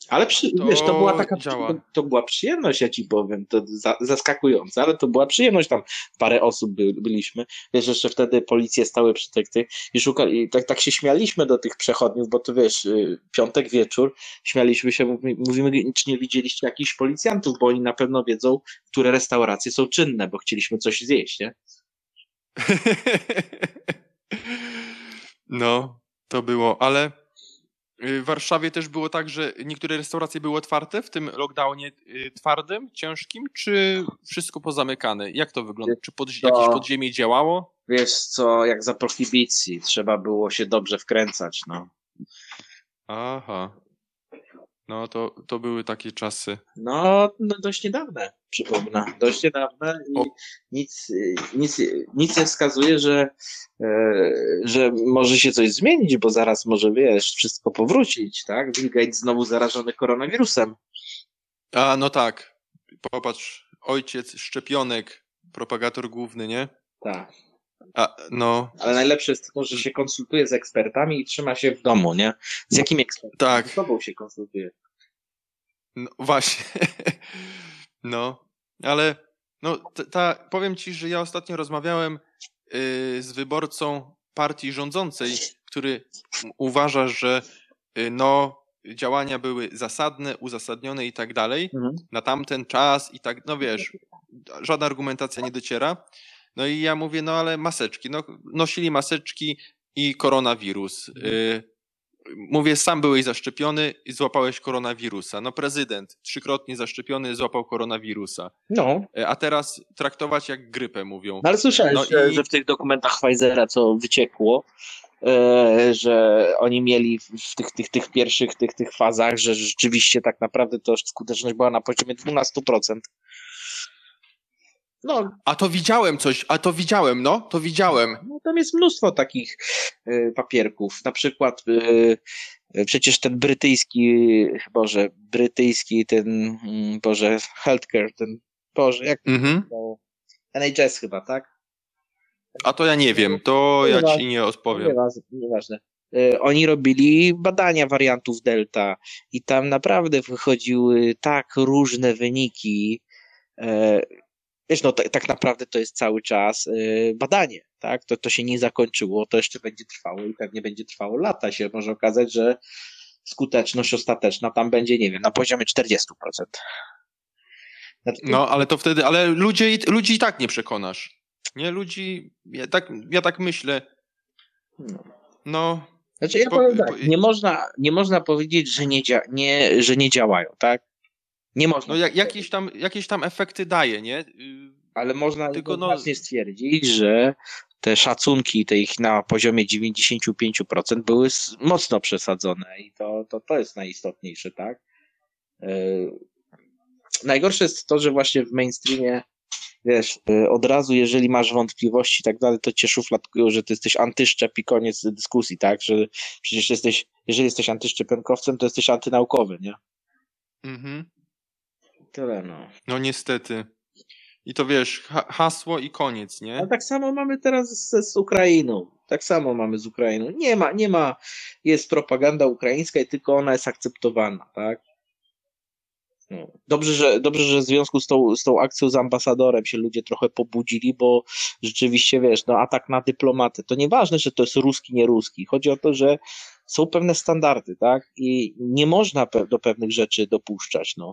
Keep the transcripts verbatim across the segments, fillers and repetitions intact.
Ale przy, to wiesz, to była taka, działa. to, to była przyjemność, ja ci powiem, to za, zaskakujące, ale to była przyjemność, tam parę osób by, byliśmy, wiesz, jeszcze wtedy policje stały przy tych, tych i, szuka, i tak, tak się śmialiśmy do tych przechodniów, bo to wiesz, y, piątek wieczór, śmialiśmy się, mówi- mówimy, czy nie widzieliście jakichś policjantów, bo oni na pewno wiedzą, które restauracje są czynne, bo chcieliśmy coś zjeść, nie? No, to było, ale y, w Warszawie też było tak, że niektóre restauracje były otwarte w tym lockdownie y, twardym, ciężkim, czy wszystko pozamykane? Jak to wygląda? Czy pod, jakieś To, podziemie działało? wiesz co, jak za prohibicji, trzeba było się dobrze wkręcać, no. Aha, no to, to były takie czasy. No, no dość niedawne, przypomnę. Dość niedawne O, i nic, nic, nic nie wskazuje, że, e, że może się coś zmienić, bo zaraz może, wiesz, wszystko powrócić, tak? Bill Gates znowu zarażony koronawirusem. a no tak, popatrz, ojciec szczepionek, propagator główny, nie? Tak. A, no, Ale najlepsze jest to, że się konsultuje z ekspertami i trzyma się w domu, nie? Z jakimi ekspertami? tak, Z tobą się konsultuje. no właśnie, no, ale no, t- ta, powiem ci, że ja ostatnio rozmawiałem y, z wyborcą partii rządzącej, który m- uważa, że y, no, działania były zasadne, uzasadnione i tak dalej, Mhm. na tamten czas i tak, no wiesz, żadna argumentacja nie dociera. No i ja mówię, no ale maseczki, no nosili maseczki i koronawirus. Y, mówię, sam byłeś zaszczepiony i złapałeś koronawirusa. No prezydent trzykrotnie zaszczepiony złapał koronawirusa. No. Y, A teraz traktować jak grypę, mówią. No ale słyszałeś, No że, i że w tych dokumentach Pfizera, co wyciekło, e, że oni mieli w w tych, tych, tych pierwszych tych, tych fazach, że rzeczywiście tak naprawdę to skuteczność była na poziomie dwanaście procent. No, a to widziałem coś, a to widziałem, no, to widziałem. no tam jest mnóstwo takich e, papierków. Na przykład e, przecież ten brytyjski, Boże, brytyjski ten, mm, Boże, healthcare, ten, Boże, jak to się Mhm. nazywało? N H S chyba, tak? A to ja nie wiem, to ja ci nie odpowiem. Nieważne, nieważne. E, Oni robili badania wariantów Delta i tam naprawdę wychodziły tak różne wyniki. E, Wiesz, no tak, tak naprawdę to jest cały czas e, badanie, tak? To, to się nie zakończyło, to jeszcze będzie trwało i pewnie będzie trwało lata. Się może okazać, że skuteczność ostateczna tam będzie, nie wiem, na poziomie czterdzieści procent. Znaczy, No, ale to wtedy, ale ludzie, i- ludzi i tak nie przekonasz. Nie, ludzi, ja tak, ja tak myślę, no. no, Znaczy ja po, powiem po, tak, nie można, nie można powiedzieć, że nie, dzia- nie, że nie działają, tak? Nie można. no jak, jakieś, tam, jakieś tam efekty daje, nie? Y, Ale można Tylko no, jednoznacznie stwierdzić, że te szacunki te ich na poziomie dziewięćdziesiąt pięć procent były s- mocno przesadzone i to, to, to jest najistotniejsze, tak? Yy, Najgorsze jest to, że właśnie w mainstreamie, wiesz, yy, od razu, jeżeli masz wątpliwości i tak dalej, to cię szufladkują, że ty jesteś antyszczep i koniec dyskusji, tak? Że przecież jesteś, jeżeli jesteś antyszczepionkowcem, to jesteś antynaukowy, nie? mhm, Tyle, no. no niestety. I to wiesz, ha, hasło i koniec, Ale nie? tak samo mamy teraz z, z Ukrainą. Tak samo mamy z Ukrainą. Nie ma, nie ma, jest propaganda ukraińska i tylko ona jest akceptowana, tak? No. Dobrze, że, dobrze, że w związku z tą, z tą akcją z ambasadorem się ludzie trochę pobudzili, bo rzeczywiście, wiesz, no atak na dyplomatę, to nieważne, że to jest ruski, nie ruski. Chodzi o to, że są pewne standardy, tak? I nie można pe- do pewnych rzeczy dopuszczać, no.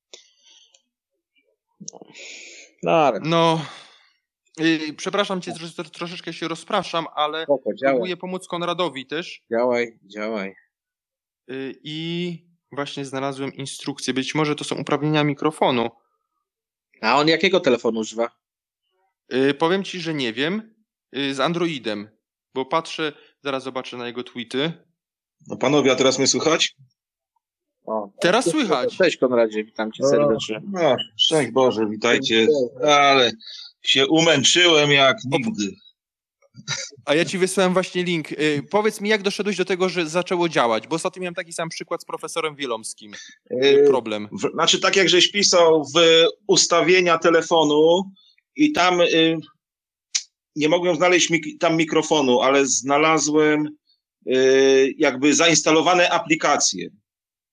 No ale No, y, przepraszam cię, że troszeczkę się rozpraszam, ale spoko, działaj, próbuję pomóc Konradowi też działaj, działaj. y, i właśnie znalazłem instrukcję. Być może to są uprawnienia mikrofonu. A on jakiego telefonu używa? Y, powiem ci, że nie wiem, y, z Androidem, bo patrzę, zaraz zobaczę na jego tweety. No panowie, a teraz mnie słychać? O, Teraz słychać. Cześć Konradzie, witam cię serdecznie. No, szczęść Boże, witajcie. Ale się umęczyłem jak nigdy. A ja ci wysłałem właśnie link. Y, powiedz mi, jak doszedłeś do tego, że zaczęło działać, bo ostatnio miałem taki sam przykład z profesorem Wielomskim. Y, Yy, problem. w, znaczy tak jak żeś pisał w ustawienia telefonu i tam y, nie mogłem znaleźć mik- tam mikrofonu, ale znalazłem y, jakby zainstalowane aplikacje.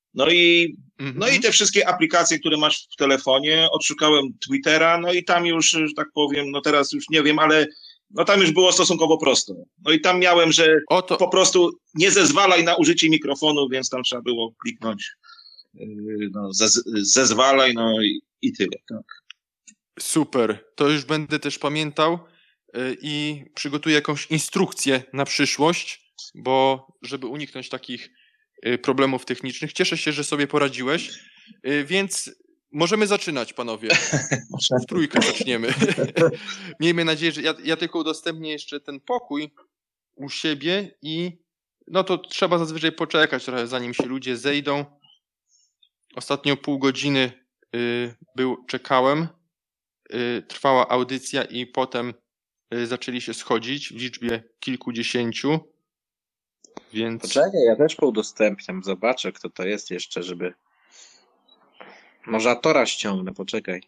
No i, Mhm. no i te wszystkie aplikacje, które masz w telefonie, odszukałem Twittera, no i tam już, że tak powiem, no teraz już nie wiem, ale no tam już było stosunkowo prosto. No i tam miałem, że Oto, po prostu nie zezwalaj na użycie mikrofonu, więc tam trzeba było kliknąć yy, no, zez, zezwalaj, no i, i tyle. Tak. super. To już będę też pamiętał y, i przygotuję jakąś instrukcję na przyszłość, bo żeby uniknąć takich y, problemów technicznych. Cieszę się, że sobie poradziłeś, y, więc możemy zaczynać, panowie. W trójkę zaczniemy. Miejmy nadzieję, że ja, ja tylko udostępnię jeszcze ten pokój u siebie i no to trzeba zazwyczaj poczekać trochę, zanim się ludzie zejdą. Ostatnio pół godziny y, był, czekałem. Y, trwała audycja i potem y, zaczęli się schodzić w liczbie kilkudziesięciu. Więc Poczekaj, ja też poudostępniam, zobaczę kto to jest jeszcze, żeby... Może Atora ściągnę, poczekaj.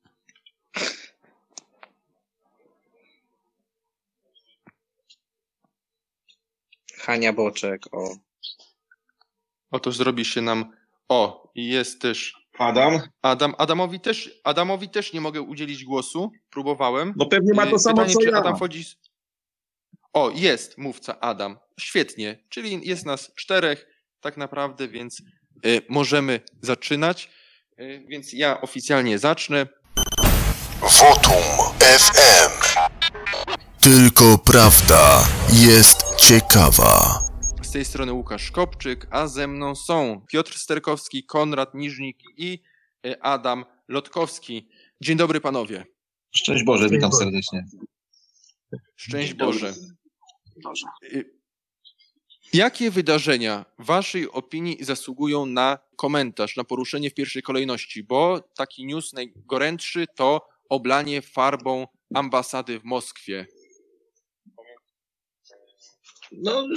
Hania Boczek, o. oto zrobi się nam... O, i jest też Adam? Adam. Adamowi też, Adamowi też nie mogę udzielić głosu. Próbowałem. No pewnie ma to Y, samo, Pytanie, co czy ja. Adam wchodzi... z- O, jest mówca Adam. Świetnie. Czyli jest nas czterech tak naprawdę, więc y, możemy zaczynać. Y, więc ja oficjalnie zacznę. Votum F M. Tylko prawda jest ciekawa. Z tej strony Łukasz Kopczyk, a ze mną są Piotr Sterkowski, Konrad Niżnik i y, Adam Lotkowski. Dzień dobry panowie. Szczęść Boże, witam serdecznie. Szczęść Dzień dobry. Boże. Boże. Y, Jakie wydarzenia w waszej opinii zasługują na komentarz, na poruszenie w pierwszej kolejności? Bo taki news najgorętszy to oblanie farbą ambasady w Moskwie. No,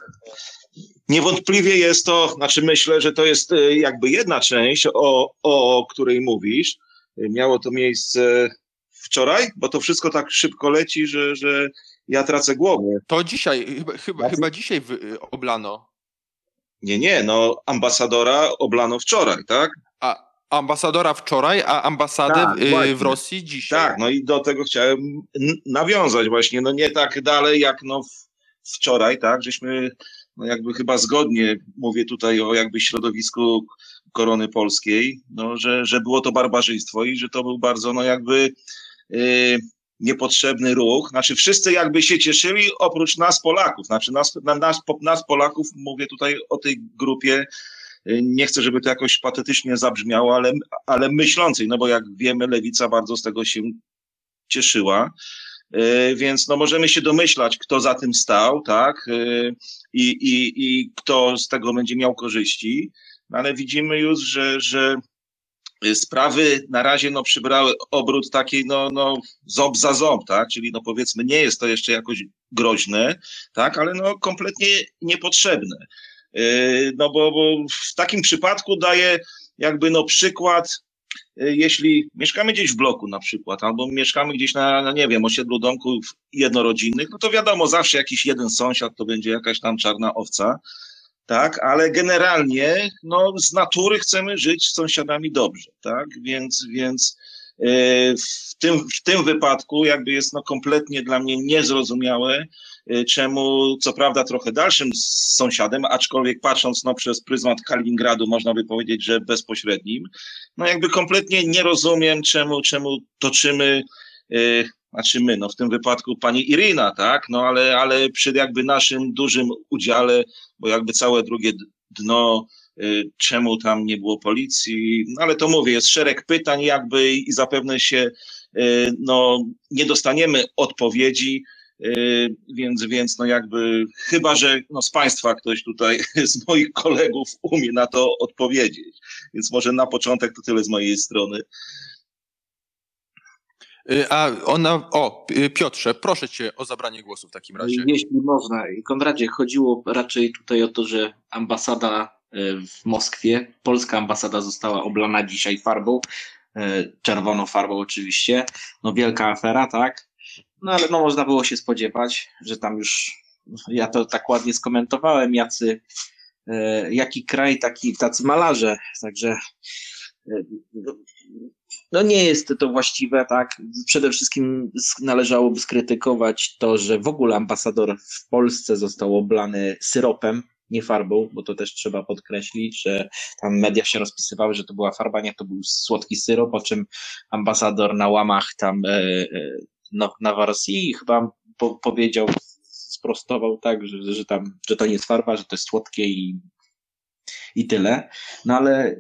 niewątpliwie jest to, znaczy myślę, że to jest y, jakby jedna część, o, o której mówisz. Y, Miało to miejsce wczoraj, bo to wszystko tak szybko leci, że, że ja tracę głowę. To dzisiaj, chyba, chyba, chyba dzisiaj wy, oblano. Nie, nie, no ambasadora oblano wczoraj, tak? A ambasadora wczoraj, a ambasadę Tak, y, właśnie. w Rosji dzisiaj. Tak, no i do tego chciałem n- nawiązać właśnie, no nie tak dalej jak no w- wczoraj, tak, żeśmy no jakby chyba zgodnie, mówię tutaj o jakby środowisku korony polskiej, no że, że było to barbarzyństwo i że to był bardzo no jakby yy, niepotrzebny ruch, znaczy wszyscy jakby się cieszyli oprócz nas Polaków, znaczy nas, na, nas, po- nas Polaków, mówię tutaj o tej grupie, yy, nie chcę, żeby to jakoś patetycznie zabrzmiało, ale, ale myślącej, no bo jak wiemy, lewica bardzo z tego się cieszyła. Yy, Więc no możemy się domyślać, kto za tym stał, tak, yy, i, i, i kto z tego będzie miał korzyści, no ale widzimy już, że, że sprawy na razie no przybrały obrót taki no, no ząb za ząb, tak, czyli no powiedzmy nie jest to jeszcze jakoś groźne, tak, ale no kompletnie niepotrzebne. Yy, No bo, bo w takim przypadku daje jakby no przykład, jeśli mieszkamy gdzieś w bloku na przykład, albo mieszkamy gdzieś na, na, nie wiem, osiedlu domków jednorodzinnych, no to wiadomo, zawsze jakiś jeden sąsiad to będzie jakaś tam czarna owca, tak, ale generalnie, no z natury chcemy żyć z sąsiadami dobrze, tak, więc, więc yy, w tym, w tym wypadku jakby jest no kompletnie dla mnie niezrozumiałe, yy, czemu, co prawda trochę dalszym sąsiadem, aczkolwiek patrząc no przez pryzmat Kaliningradu można by powiedzieć, że bezpośrednim, no jakby kompletnie nie rozumiem, czemu, czemu toczymy, yy, znaczy my, no w tym wypadku pani Irina, tak, no ale, ale przy jakby naszym dużym udziale, bo jakby całe drugie dno, yy, czemu tam nie było policji, no ale to mówię, jest szereg pytań jakby i zapewne się, yy, no nie dostaniemy odpowiedzi, yy, więc, więc no jakby, chyba że no z państwa ktoś tutaj, z moich kolegów umie na to odpowiedzieć, więc może na początek to tyle z mojej strony. Y, A ona, o, y, Piotrze, proszę cię o zabranie głosu w takim razie. Jeśli można. Konradzie, chodziło raczej tutaj o to, że ambasada w Moskwie, polska ambasada została oblana dzisiaj farbą, czerwoną farbą oczywiście. No wielka afera, tak? No ale no można było się spodziewać, że tam już, ja to tak ładnie skomentowałem, jacy e, jaki kraj, taki, tacy malarze, także e, no nie jest to właściwe, tak. Przede wszystkim należałoby skrytykować to, że w ogóle ambasador w Polsce został oblany syropem, nie farbą, bo to też trzeba podkreślić, że tam media się rozpisywały, że to była farba, nie, to był słodki syrop, o czym ambasador na łamach tam e, e, no, na Warsji chyba po, powiedział, sprostował tak, że, że tam, że to nie jest farba, że to jest słodkie i, i tyle. No ale e,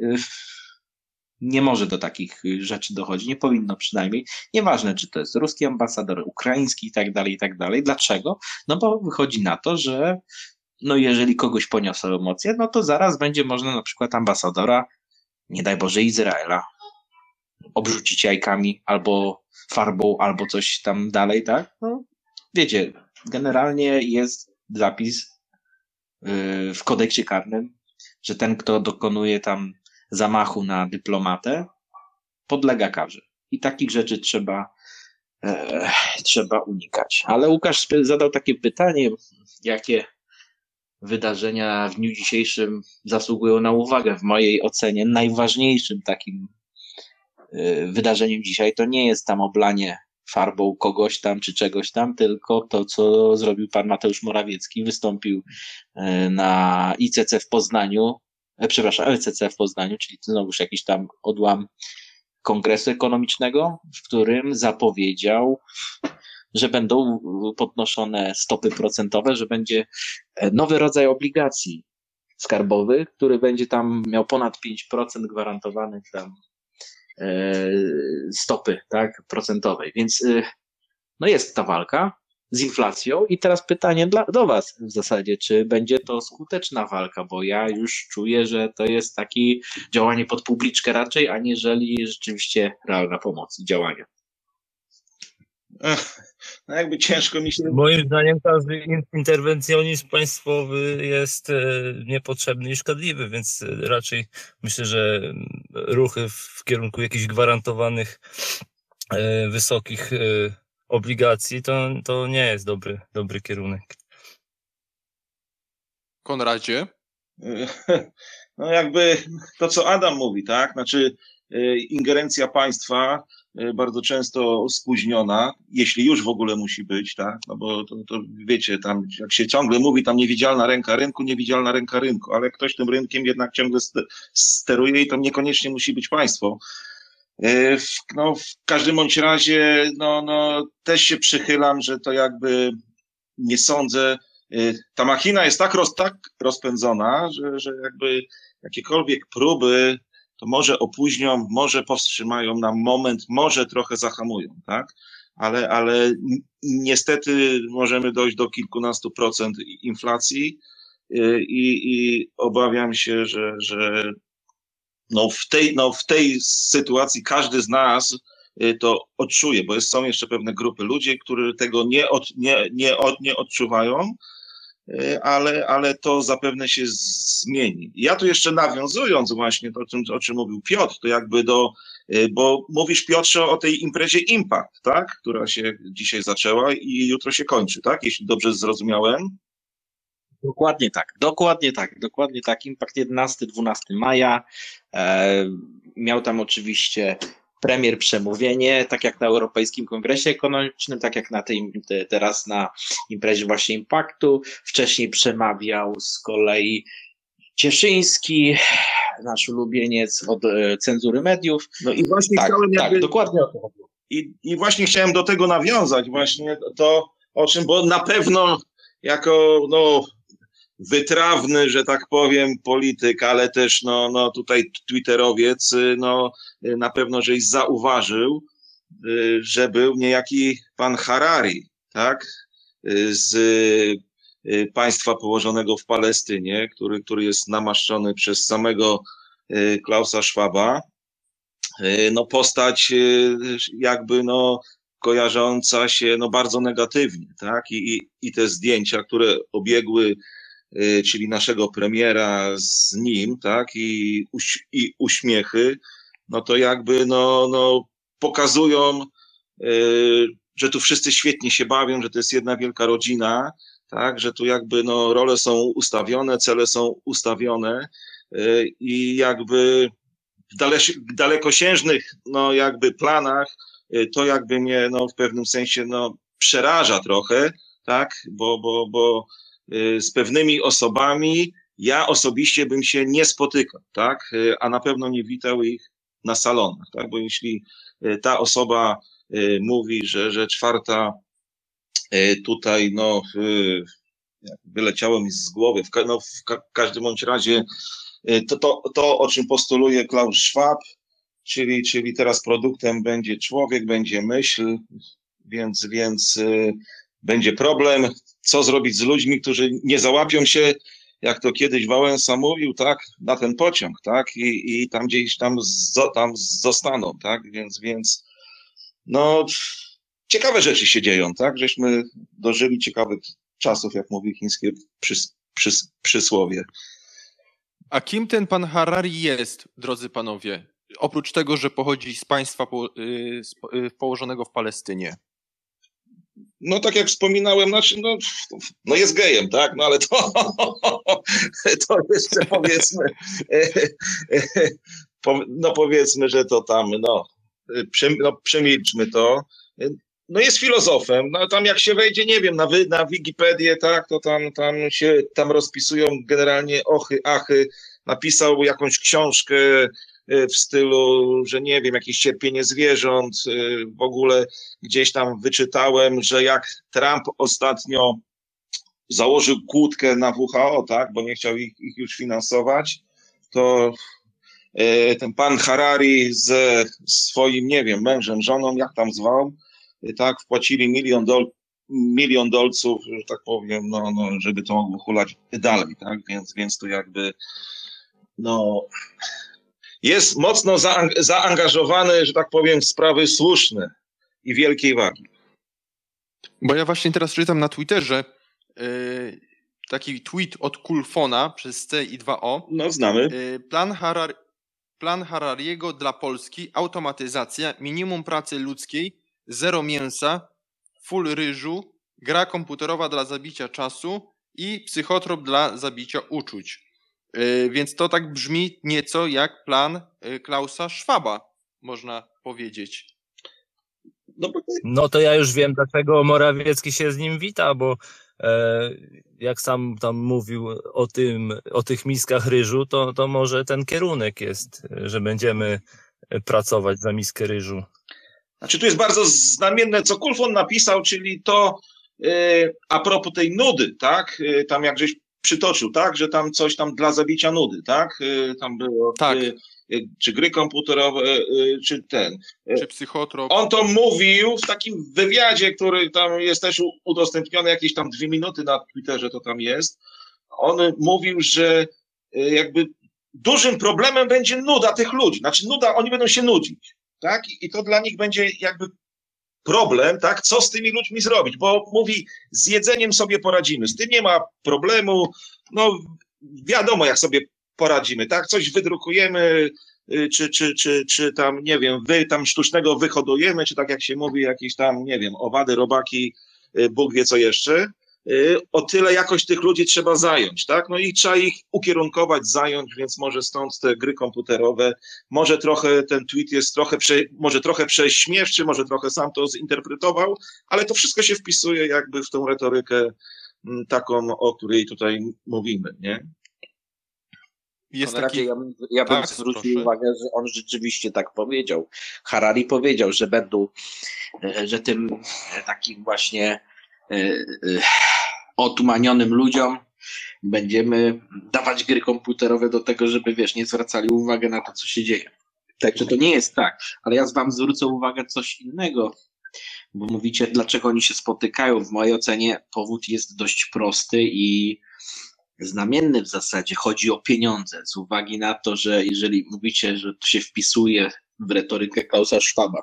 nie może do takich rzeczy dochodzić, nie powinno przynajmniej. Nieważne, czy to jest ruski ambasador, ukraiński i tak dalej, i tak dalej. Dlaczego? No bo wychodzi na to, że no jeżeli kogoś poniosą emocje, no to zaraz będzie można na przykład ambasadora, nie daj Boże, Izraela obrzucić jajkami albo farbą, albo coś tam dalej, tak? No, wiecie, generalnie jest zapis yy, w kodeksie karnym, że ten, kto dokonuje tam zamachu na dyplomatę, podlega karze. I takich rzeczy trzeba, e, trzeba unikać. Ale Łukasz zadał takie pytanie, jakie wydarzenia w dniu dzisiejszym zasługują na uwagę. W mojej ocenie najważniejszym takim e, wydarzeniem dzisiaj to nie jest tam oblanie farbą kogoś tam czy czegoś tam, tylko to, co zrobił pan Mateusz Morawiecki. Wystąpił e, na I C C w Poznaniu, przepraszam, L C C w Poznaniu, czyli znowuż jakiś tam odłam Kongresu Ekonomicznego, w którym zapowiedział, że będą podnoszone stopy procentowe, że będzie nowy rodzaj obligacji skarbowych, który będzie tam miał ponad pięć procent gwarantowanych tam e, stopy, tak, procentowej. Więc e, no jest ta walka z inflacją i teraz pytanie dla, do was w zasadzie, czy będzie to skuteczna walka, bo ja już czuję, że to jest takie działanie pod publiczkę raczej, aniżeli rzeczywiście realna pomoc i działania. Ech, no jakby ciężko mi się... Moim zdaniem każdy in- interwencjonizm państwowy jest e, niepotrzebny i szkodliwy, więc e, raczej myślę, że mm, ruchy w kierunku jakichś gwarantowanych e, wysokich e, obligacji to, to nie jest dobry, dobry kierunek. Konradzie? No jakby to, co Adam mówi, tak? Znaczy y, ingerencja państwa y, bardzo często spóźniona, jeśli już w ogóle musi być, tak? No bo to, to wiecie, tam jak się ciągle mówi, tam niewidzialna ręka rynku, niewidzialna ręka rynku, ale ktoś tym rynkiem jednak ciągle st- steruje i to niekoniecznie musi być państwo. Y, w, no, w każdym bądź razie, no, no, też się przychylam, że to jakby nie sądzę. Ta machina jest tak, roz, tak rozpędzona, że, że jakby jakiekolwiek próby to może opóźnią, może powstrzymają na moment, może trochę zahamują, tak? Ale, ale niestety możemy dojść do kilkunastu procent inflacji i, i obawiam się, że, że no w tej, no w tej sytuacji każdy z nas to odczuje, bo jest, są jeszcze pewne grupy ludzi, którzy tego nie, od, nie, nie, od, nie odczuwają, ale, ale to zapewne się zmieni. Ja tu jeszcze nawiązując właśnie to, o czym, o czym mówił Piotr, to jakby do, bo mówisz, Piotrze, o tej imprezie Impact, tak, która się dzisiaj zaczęła i jutro się kończy, tak, jeśli dobrze zrozumiałem? Dokładnie tak, dokładnie tak, dokładnie tak. Impact jedenastego dwunastego maja. E, miał tam oczywiście premier przemówienie, tak jak na Europejskim Kongresie Ekonomicznym, tak jak na tej, te, teraz na imprezie właśnie Impaktu. Wcześniej przemawiał z kolei Cieszyński, nasz ulubieniec od e, cenzury mediów. No i właśnie tak, chciałem jakby... tak, dokładnie o to chodziło. I, I właśnie chciałem do tego nawiązać, właśnie to, o czym, bo na pewno jako, no, wytrawny, że tak powiem, polityk, ale też, no, no tutaj twitterowiec, no, na pewno żeś zauważył, że był niejaki pan Harari, tak, z państwa położonego w Palestynie, który, który jest namaszczony przez samego Klausa Schwaba. No postać jakby, no, kojarząca się, no, bardzo negatywnie, tak, i, i, i te zdjęcia, które obiegły, czyli naszego premiera z nim, tak, i, uś, i uśmiechy, no to jakby, no, no, pokazują, że tu wszyscy świetnie się bawią, że to jest jedna wielka rodzina, tak, że tu jakby no role są ustawione, cele są ustawione yy, i jakby w dale, dalekosiężnych no jakby planach yy, to jakby mnie no w pewnym sensie no przeraża trochę, tak, bo, bo, bo yy, z pewnymi osobami ja osobiście bym się nie spotykał, tak, yy, a na pewno nie witał ich na salonach, tak, bo jeśli yy, ta osoba yy, mówi, że, że czwarta yy, tutaj no yy, wyleciało mi z głowy, w, ka- no, w ka- każdym bądź razie yy, to, to, to, o czym postuluje Klaus Schwab, czyli, czyli teraz produktem będzie człowiek, będzie myśl, więc, więc yy, będzie problem, co zrobić z ludźmi, którzy nie załapią się, jak to kiedyś Wałęsa mówił, tak, na ten pociąg, tak, i, i tam gdzieś tam, zo, tam zostaną, tak, więc, więc, no, ciekawe rzeczy się dzieją, tak, żeśmy dożyli ciekawych czasów, jak mówi chińskie przys, przys, przysłowie. A kim ten pan Harari jest, drodzy panowie? Oprócz tego, że pochodzi z państwa po, y, z, y, położonego w Palestynie. No tak jak wspominałem, znaczy, no, no jest gejem, tak, no ale to, to jeszcze powiedzmy, no powiedzmy, że to tam, no, no przemilczmy to. No jest filozofem, no tam jak się wejdzie, nie wiem, na, wy, na Wikipedię, tak, to tam, tam się, tam rozpisują generalnie ochy, achy, napisał jakąś książkę w stylu, że nie wiem, jakieś cierpienie zwierząt, w ogóle gdzieś tam wyczytałem, że jak Trump ostatnio założył kłódkę na W H O, tak, bo nie chciał ich, ich już finansować, to ten pan Harari ze swoim, nie wiem, mężem, żoną, jak tam zwał, tak, wpłacili milion, dol, milion dolców, że tak powiem, no, no, żeby to mogło hulać dalej, tak, więc, więc to jakby, no, jest mocno zaang zaangażowany, że tak powiem, w sprawy słuszne i wielkiej wagi. Bo ja właśnie teraz czytam na Twitterze yy, taki tweet od Kulfona przez C i dwa O. No, znamy. Yy, plan, Harar plan Harariego dla Polski, automatyzacja, minimum pracy ludzkiej, zero mięsa, full ryżu, gra komputerowa dla zabicia czasu i psychotrop dla zabicia uczuć. Yy, więc to tak brzmi nieco jak plan yy, Klausa Schwaba, można powiedzieć. No, bo... no to ja już wiem, dlaczego Morawiecki się z nim wita, bo e, jak sam tam mówił o tym, o tych miskach ryżu, to, to może ten kierunek jest, że będziemy pracować za miskę ryżu. Znaczy tu jest bardzo znamienne, co Kulfon napisał, czyli to e, a propos tej nudy, tak, e, tam jak żeś przytoczył, tak, że tam coś tam dla zabicia nudy, tak, e, tam było... Tak. E, czy gry komputerowe, czy ten. Czy psychotrop. On to mówił w takim wywiadzie, który tam jest też udostępniony, jakieś tam dwie minuty na Twitterze to tam jest. On mówił, że jakby dużym problemem będzie nuda tych ludzi. Znaczy nuda, oni będą się nudzić, tak? I to dla nich będzie jakby problem, tak? Co z tymi ludźmi zrobić? Bo mówi, z jedzeniem sobie poradzimy, z tym nie ma problemu, no wiadomo jak sobie poradzimy, tak? Coś wydrukujemy, czy, czy, czy, czy tam, nie wiem, wy tam sztucznego wyhodujemy, czy tak jak się mówi, jakieś tam, nie wiem, owady, robaki, Bóg wie co jeszcze. O tyle jakoś tych ludzi trzeba zająć, tak? No i trzeba ich ukierunkować, zająć, więc może stąd te gry komputerowe, może trochę ten tweet jest trochę, prze, może trochę prześmiewczy, może trochę sam to zinterpretował, ale to wszystko się wpisuje jakby w tą retorykę taką, o której tutaj mówimy, nie? Jest Konradzie, taki... ja bym, ja bym tak, zwrócił proszę. uwagę, że on rzeczywiście tak powiedział. Harari powiedział, że będą, że tym takim właśnie otumanionym ludziom będziemy dawać gry komputerowe do tego, żeby, wiesz, nie zwracali uwagi na to, co się dzieje. Także to nie jest tak. Ale ja wam zwrócę uwagę coś innego, bo mówicie, dlaczego oni się spotykają. W mojej ocenie powód jest dość prosty i znamienny w zasadzie. Chodzi o pieniądze, z uwagi na to, że jeżeli mówicie, że to się wpisuje w retorykę Klausa Schwaba.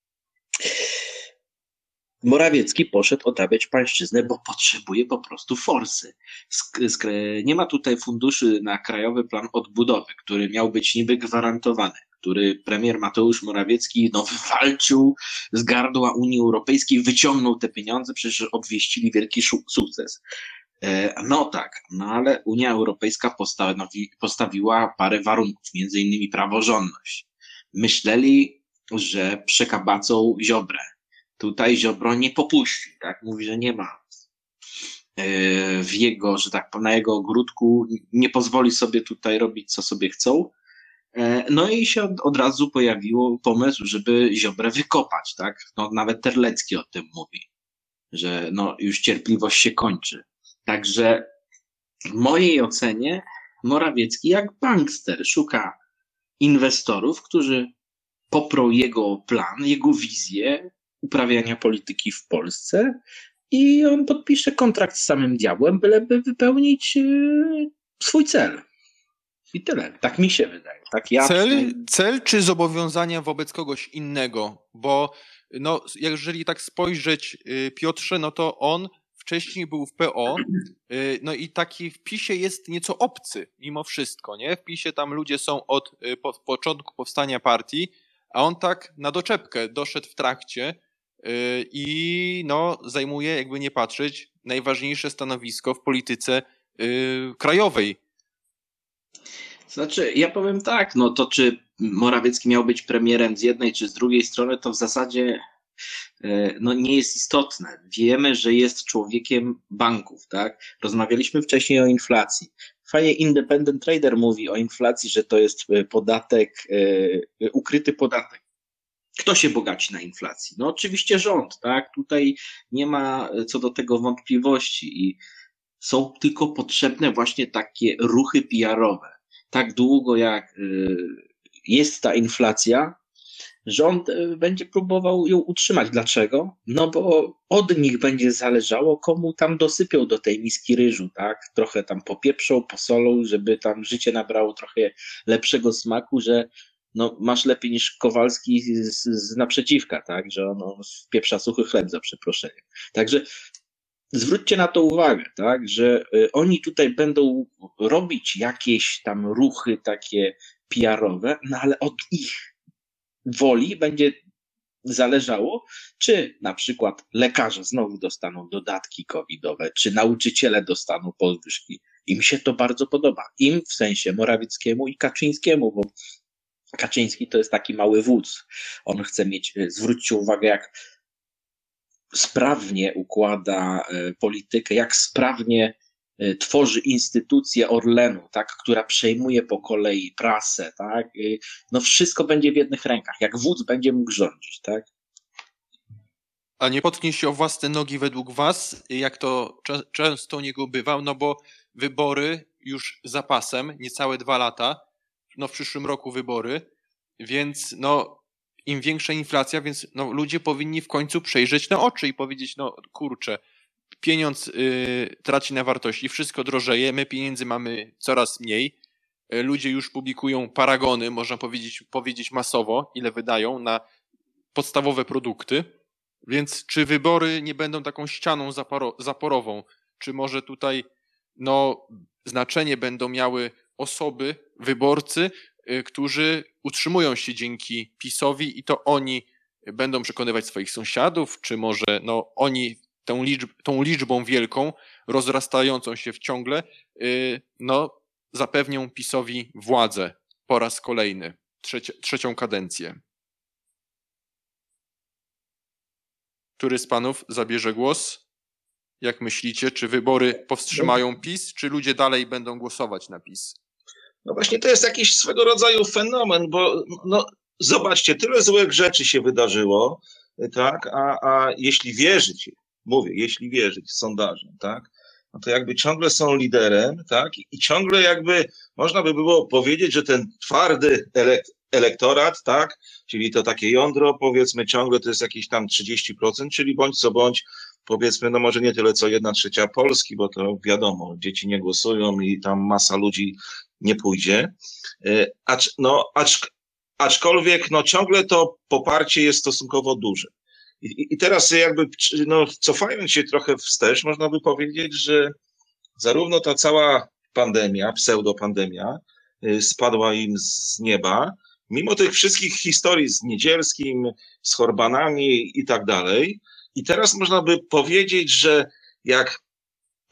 Morawiecki poszedł odrabiać pańszczyznę, bo potrzebuje po prostu forsy. Nie ma tutaj funduszy na Krajowy Plan Odbudowy, który miał być niby gwarantowany, który premier Mateusz Morawiecki no, wywalczył z gardła Unii Europejskiej, wyciągnął te pieniądze, przecież obwieścili wielki sukces. No tak, no ale Unia Europejska postawi, postawiła parę warunków, między innymi praworządność. Myśleli, że przekabacą Ziobrę. Tutaj Ziobro nie popuści, tak? Mówi, że nie ma w jego, że tak, na jego ogródku, nie pozwoli sobie tutaj robić, co sobie chcą. No i się od, od razu pojawił pomysł, żeby Ziobrę wykopać, tak? No nawet Terlecki o tym mówi, że no już cierpliwość się kończy. Także w mojej ocenie Morawiecki jak bankster szuka inwestorów, którzy poprą jego plan, jego wizję uprawiania polityki w Polsce i on podpisze kontrakt z samym diabłem, byleby wypełnić yy, swój cel. I tyle. Tak mi się wydaje. Tak ja cel, tutaj... cel czy zobowiązania wobec kogoś innego? Bo no, jeżeli tak spojrzeć, Piotrze, no to on wcześniej był w P O, no i taki w PiSie jest nieco obcy mimo wszystko, nie? W PiSie tam ludzie są od po, początku powstania partii, a on tak na doczepkę doszedł w trakcie i no zajmuje, jakby nie patrzeć, najważniejsze stanowisko w polityce krajowej. Znaczy, ja powiem tak, no to czy Morawiecki miał być premierem z jednej czy z drugiej strony, to w zasadzie no nie jest istotne. Wiemy, że jest człowiekiem banków, tak? Rozmawialiśmy wcześniej o inflacji. Fajnie Independent Trader mówi o inflacji, że to jest podatek, ukryty podatek. Kto się bogaci na inflacji? No oczywiście rząd, tak? Tutaj nie ma co do tego wątpliwości i są tylko potrzebne właśnie takie ruchy P R-owe. Tak długo jak jest ta inflacja, rząd będzie próbował ją utrzymać. Dlaczego? No bo od nich będzie zależało, komu tam dosypią do tej miski ryżu, tak? Trochę tam popieprzą, posolą, żeby tam życie nabrało trochę lepszego smaku, że no masz lepiej niż Kowalski z, z naprzeciwka, tak? Że on wpieprza suchy chleb, za przeproszeniem. Także zwróćcie na to uwagę, tak? Że oni tutaj będą robić jakieś tam ruchy takie P R-owe, no ale od ich woli będzie zależało, czy na przykład lekarze znowu dostaną dodatki covidowe, czy nauczyciele dostaną podwyżki. Im się to bardzo podoba. Im w sensie Morawieckiemu i Kaczyńskiemu, bo Kaczyński to jest taki mały wódz. On chce mieć, zwróćcie uwagę, jak sprawnie układa politykę, jak sprawnie tworzy instytucję Orlenu, tak, która przejmuje po kolei prasę, tak, no wszystko będzie w jednych rękach, jak wódz będzie mógł rządzić, tak. A nie potknie się o własne nogi według was, jak to cze- często u niego bywa, no bo wybory już za pasem, niecałe dwa lata, no w przyszłym roku wybory, więc no im większa inflacja, więc no ludzie powinni w końcu przejrzeć na oczy i powiedzieć, no kurczę, pieniądz y, traci na wartości, wszystko drożeje, my pieniędzy mamy coraz mniej, y, ludzie już publikują paragony, można powiedzieć, powiedzieć masowo, ile wydają na podstawowe produkty, więc czy wybory nie będą taką ścianą zaporo- zaporową, czy może tutaj no, znaczenie będą miały osoby, wyborcy, y, którzy utrzymują się dzięki PiS-owi i to oni będą przekonywać swoich sąsiadów, czy może no, oni Tą, liczb, tą liczbą wielką, rozrastającą się w ciągle, yy, no, zapewnią PiS-owi władzę po raz kolejny, trzecie, trzecią kadencję. Który z panów zabierze głos? Jak myślicie, czy wybory powstrzymają PiS, czy ludzie dalej będą głosować na PiS? No właśnie to jest jakiś swego rodzaju fenomen, bo no, zobaczcie, tyle złych rzeczy się wydarzyło, tak, a, a jeśli wierzyć, mówię, jeśli wierzyć sondażom, tak, no to jakby ciągle są liderem, tak, i ciągle jakby można by było powiedzieć, że ten twardy elek- elektorat, tak, czyli to takie jądro, powiedzmy, ciągle to jest jakieś tam trzydzieści procent, czyli bądź co bądź, powiedzmy, no może nie tyle co jedna trzecia Polski, bo to wiadomo, dzieci nie głosują i tam masa ludzi nie pójdzie, acz, no, acz, aczkolwiek no ciągle to poparcie jest stosunkowo duże. I, I teraz jakby, no, cofając się trochę wstecz, można by powiedzieć, że zarówno ta cała pandemia, pseudopandemia y, spadła im z nieba, mimo tych wszystkich historii z Niedzielskim, z Horbanami i tak dalej. I teraz można by powiedzieć, że jak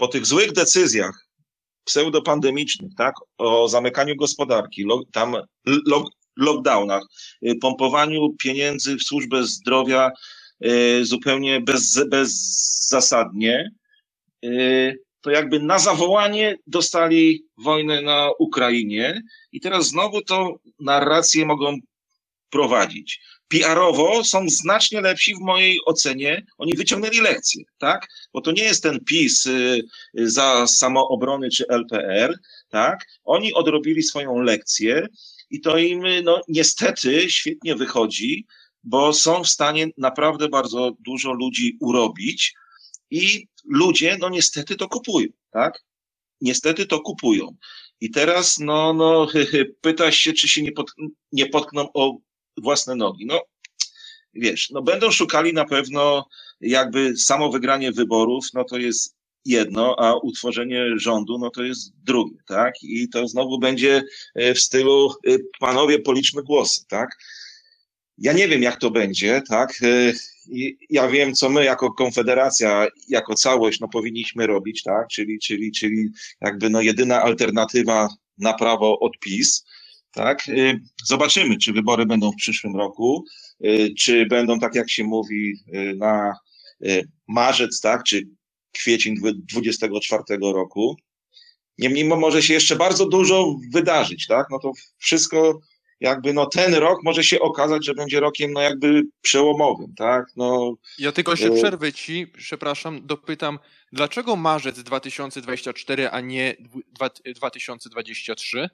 po tych złych decyzjach pseudopandemicznych, tak, o zamykaniu gospodarki, lo, tam lo, lockdownach, y, pompowaniu pieniędzy w służbę zdrowia y, zupełnie bez, bezzasadnie, y, to jakby na zawołanie dostali wojnę na Ukrainie i teraz znowu tą narrację mogą prowadzić. P R-owo są znacznie lepsi w mojej ocenie. Oni wyciągnęli lekcję, tak? Bo to nie jest ten PiS y, za samoobrony czy L P R, tak? Oni odrobili swoją lekcję i to im, no niestety świetnie wychodzi, bo są w stanie naprawdę bardzo dużo ludzi urobić i ludzie, no niestety to kupują, tak? Niestety to kupują. I teraz, no, no, pytasz się, czy się nie, pot, nie potkną o własne nogi. No, wiesz, no będą szukali na pewno jakby samo wygranie wyborów, no to jest jedno, a utworzenie rządu, no to jest drugie, tak? I to znowu będzie w stylu panowie, policzmy głosy, tak? Ja nie wiem, jak to będzie, tak? I ja wiem, co my jako Konfederacja, jako całość, no powinniśmy robić, tak? Czyli, czyli, czyli jakby no jedyna alternatywa na prawo od PiS, tak? Zobaczymy, czy wybory będą w przyszłym roku, czy będą, tak jak się mówi, na marzec, tak? Czy kwiecień dwudziestego czwartego roku. Niemniej może się jeszcze bardzo dużo wydarzyć, tak? No to wszystko jakby, no ten rok może się okazać, że będzie rokiem, no jakby przełomowym, tak? No. Ja tylko się przerwę ci, przepraszam, dopytam, dlaczego marzec dwa tysiące dwudziesty czwarty, a nie dwa tysiące dwudziesty trzeci?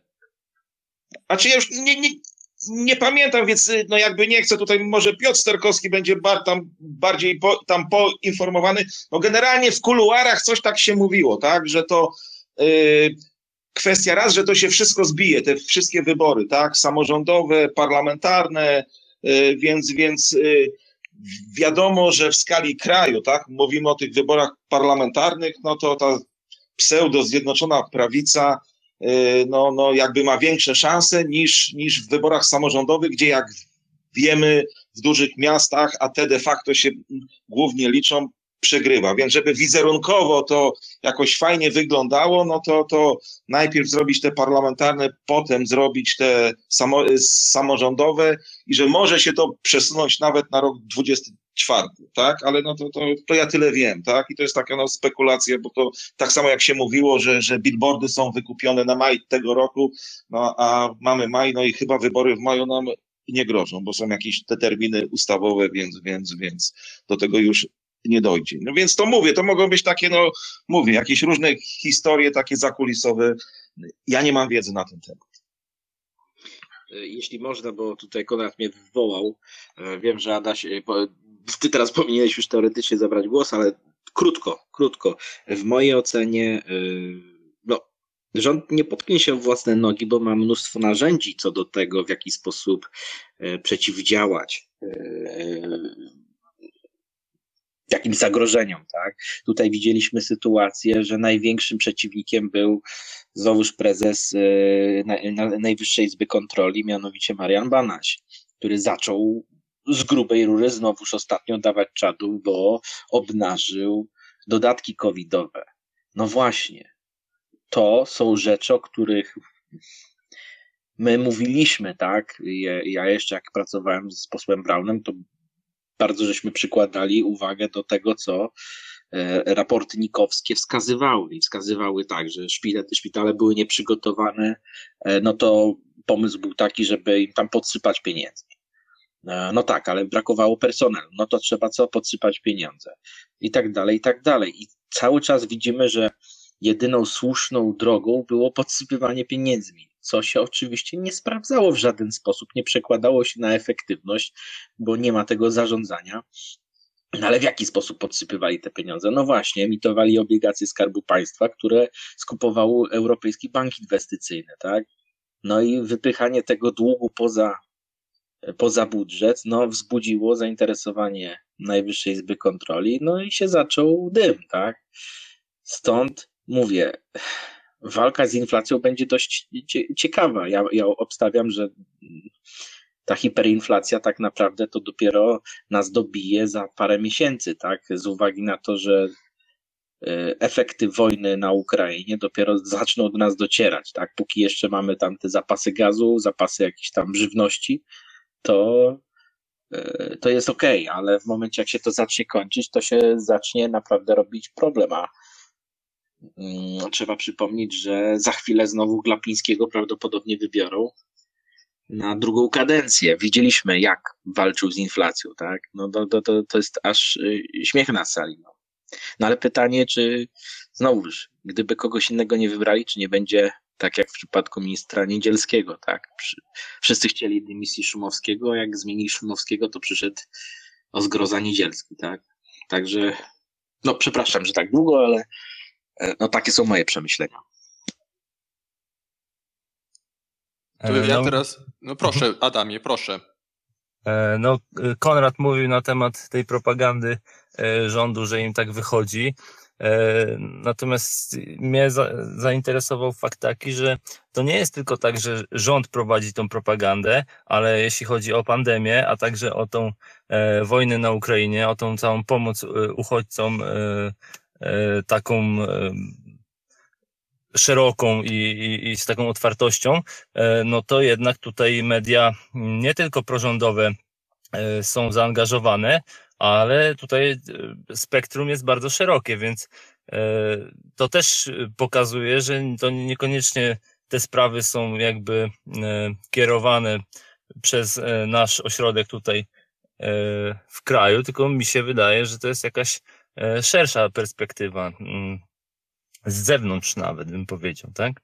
A czy ja już nie, nie, nie pamiętam, więc no jakby nie chcę tutaj, może Piotr Sterkowski będzie bar, tam bardziej po, tam poinformowany. No generalnie w kuluarach coś tak się mówiło, tak, że to yy, kwestia raz, że to się wszystko zbije, te wszystkie wybory, tak, samorządowe, parlamentarne, yy, więc, więc yy, wiadomo, że w skali kraju, tak, mówimy o tych wyborach parlamentarnych, no to ta pseudo zjednoczona prawica no, no jakby ma większe szanse niż, niż w wyborach samorządowych, gdzie jak wiemy w dużych miastach, a te de facto się głównie liczą, przegrywa. Więc żeby wizerunkowo to jakoś fajnie wyglądało, no to, to najpierw zrobić te parlamentarne, potem zrobić te samo, samorządowe i że może się to przesunąć nawet na rok dwudziesty czwarty, tak? Ale no to, to, to ja tyle wiem, tak? I to jest taka no spekulacja, bo to tak samo jak się mówiło, że, że billboardy są wykupione na maj tego roku, no a mamy maj, no i chyba wybory w maju nam nie grożą, bo są jakieś te terminy ustawowe, więc, więc, więc do tego już nie dojdzie. No więc to mówię, to mogą być takie, no mówię, jakieś różne historie takie zakulisowe. Ja nie mam wiedzy na ten temat. Jeśli można, bo tutaj Konrad mnie wywołał. Wiem, że Adaś, ty teraz powinieneś już teoretycznie zabrać głos, ale krótko, krótko. W mojej ocenie no, rząd nie potknie się w własne nogi, bo ma mnóstwo narzędzi co do tego, w jaki sposób przeciwdziałać jakimś zagrożeniom, tak? Tutaj widzieliśmy sytuację, że największym przeciwnikiem był znowuż prezes Najwyższej Izby Kontroli, mianowicie Marian Banaś, który zaczął z grubej rury znowuż ostatnio dawać czadu, bo obnażył dodatki covidowe. No właśnie, to są rzeczy, o których my mówiliśmy, tak? Ja jeszcze jak pracowałem z posłem Braunem, to bardzo żeśmy przykładali uwagę do tego, co raporty nikowskie wskazywały. I wskazywały tak, że szpitale, szpitale były nieprzygotowane, no to pomysł był taki, żeby im tam podsypać pieniędzmi. No tak, ale brakowało personelu, no to trzeba co? Podsypać pieniądze. I tak dalej, i tak dalej. I cały czas widzimy, że jedyną słuszną drogą było podsypywanie pieniędzmi, co się oczywiście nie sprawdzało w żaden sposób, nie przekładało się na efektywność, bo nie ma tego zarządzania. No ale w jaki sposób podsypywali te pieniądze? No właśnie, emitowali obligacje Skarbu Państwa, które skupował Europejski Bank Inwestycyjny, tak? No i wypychanie tego długu poza, poza budżet, no wzbudziło zainteresowanie Najwyższej Izby Kontroli, no i się zaczął dym, tak? Stąd mówię, walka z inflacją będzie dość ciekawa. Ja, ja obstawiam, że ta hiperinflacja tak naprawdę to dopiero nas dobije za parę miesięcy, tak? Z uwagi na to, że efekty wojny na Ukrainie dopiero zaczną do nas docierać, tak? Póki jeszcze mamy tam te zapasy gazu, zapasy jakiejś tam żywności, to, to jest okej, ale w momencie jak się to zacznie kończyć, to się zacznie naprawdę robić problem, a mm, trzeba przypomnieć, że za chwilę znowu Glapińskiego prawdopodobnie wybiorą na drugą kadencję. Widzieliśmy, jak walczył z inflacją, tak? No to, to, to, to jest aż y, śmiech na sali. No. no ale pytanie, czy znowuż, gdyby kogoś innego nie wybrali, czy nie będzie tak jak w przypadku ministra Niedzielskiego, tak? Przy, wszyscy chcieli dymisji Szumowskiego, a jak zmienili Szumowskiego, to przyszedł o zgroza Niedzielski, tak? Także, no przepraszam, że tak długo, ale e, no takie są moje przemyślenia. To ja No, teraz, no proszę, Adamie, proszę. e, no, Konrad mówił na temat tej propagandy e, rządu, że im tak wychodzi. E, Natomiast mnie za, zainteresował fakt taki, że to nie jest tylko tak, że rząd prowadzi tą propagandę, ale jeśli chodzi o pandemię, a także o tą e, wojnę na Ukrainie, o tą całą pomoc e, uchodźcom e, e, taką e, szeroką i, i, i z taką otwartością, e, no to jednak tutaj media nie tylko prorządowe e, są zaangażowane, ale tutaj e, spektrum jest bardzo szerokie, więc e, to też pokazuje, że to niekoniecznie te sprawy są jakby e, kierowane przez e, nasz ośrodek tutaj e, w kraju, tylko mi się wydaje, że to jest jakaś e, szersza perspektywa, mm, z zewnątrz nawet bym powiedział, tak?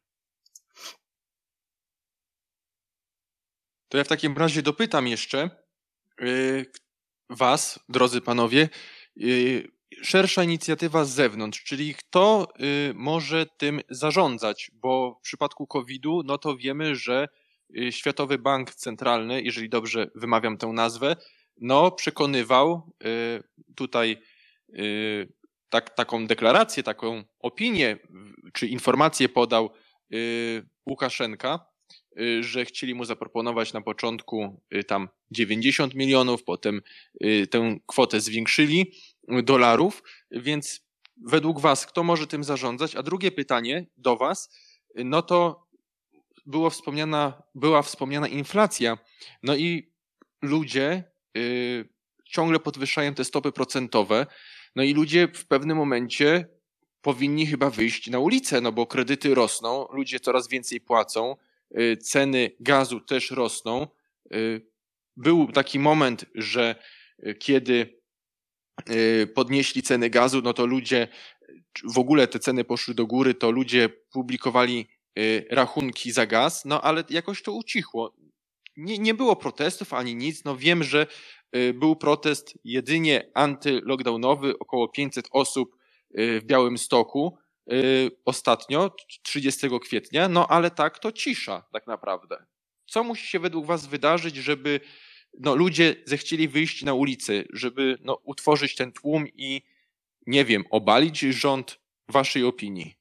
To ja w takim razie dopytam jeszcze yy, was, drodzy panowie, yy, szersza inicjatywa z zewnątrz, czyli kto yy, może tym zarządzać, bo w przypadku kowida, no to wiemy, że yy, Światowy Bank Centralny, jeżeli dobrze wymawiam tę nazwę, no przekonywał yy, tutaj yy, tak, taką deklarację, taką opinię czy informację podał yy, Łukaszenka, yy, że chcieli mu zaproponować na początku yy, tam dziewięćdziesiąt milionów, potem yy, tę kwotę zwiększyli yy, dolarów, więc według was kto może tym zarządzać? A drugie pytanie do was, yy, no to było wspomniana, była wspomniana inflacja, no i ludzie yy, ciągle podwyższają te stopy procentowe. No i ludzie w pewnym momencie powinni chyba wyjść na ulicę, no bo kredyty rosną, ludzie coraz więcej płacą, ceny gazu też rosną. Był taki moment, że kiedy podnieśli ceny gazu, no to ludzie, w ogóle te ceny poszły do góry, to ludzie publikowali rachunki za gaz, no ale jakoś to ucichło. Nie, nie było protestów ani nic, no wiem, że był protest jedynie anty-lockdownowy, około pięćset osób w Białymstoku ostatnio, trzydziestego kwietnia, no ale tak to cisza tak naprawdę. Co musi się według was wydarzyć, żeby no, ludzie zechcieli wyjść na ulicę, żeby no, utworzyć ten tłum i, nie wiem, obalić rząd w waszej opinii?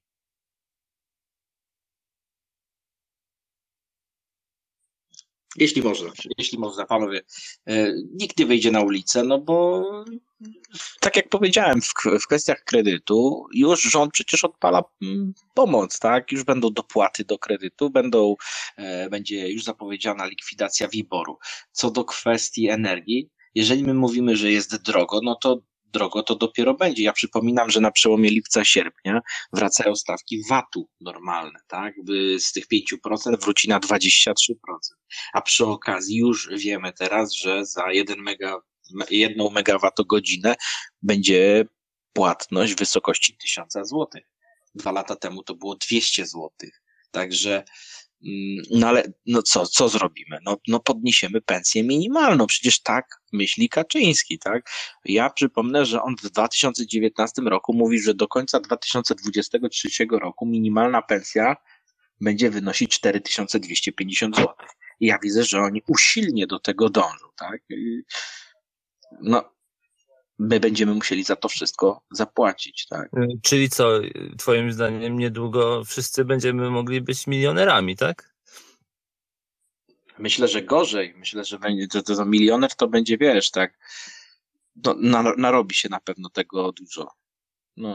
Jeśli można, jeśli można, panowie, e, nikt nie wyjdzie na ulicę, no bo tak jak powiedziałem, w, w kwestiach kredytu już rząd przecież odpala mm, pomoc, tak? Już będą dopłaty do kredytu, będą, e, będzie już zapowiedziana likwidacja WIBOR-u. Co do kwestii energii, jeżeli my mówimy, że jest drogo, no to drogo to dopiero będzie. Ja przypominam, że na przełomie lipca-sierpnia wracają stawki vatu normalne, tak? By z tych pięć procent wróci na dwadzieścia trzy procent. A przy okazji już wiemy teraz, że za jeden mega, jedną megawattogodzinę będzie płatność w wysokości tysiąc złotych. Dwa lata temu to było dwieście złotych. Także no ale no co, co zrobimy? No, no podniesiemy pensję minimalną. Przecież tak myśli Kaczyński, tak? Ja przypomnę, że on w dwa tysiące dziewiętnastym roku mówi, że do końca dwa tysiące dwudziestego trzeciego roku minimalna pensja będzie wynosić cztery tysiące dwieście pięćdziesiąt złotych. I ja widzę, że oni usilnie do tego dążą, tak? No, my będziemy musieli za to wszystko zapłacić, tak? Czyli co, twoim zdaniem niedługo wszyscy będziemy mogli być milionerami, tak? Myślę, że gorzej. Myślę, że będzie, to, to, to milioner to będzie, wiesz, tak, no, na, narobi się na pewno tego dużo. No,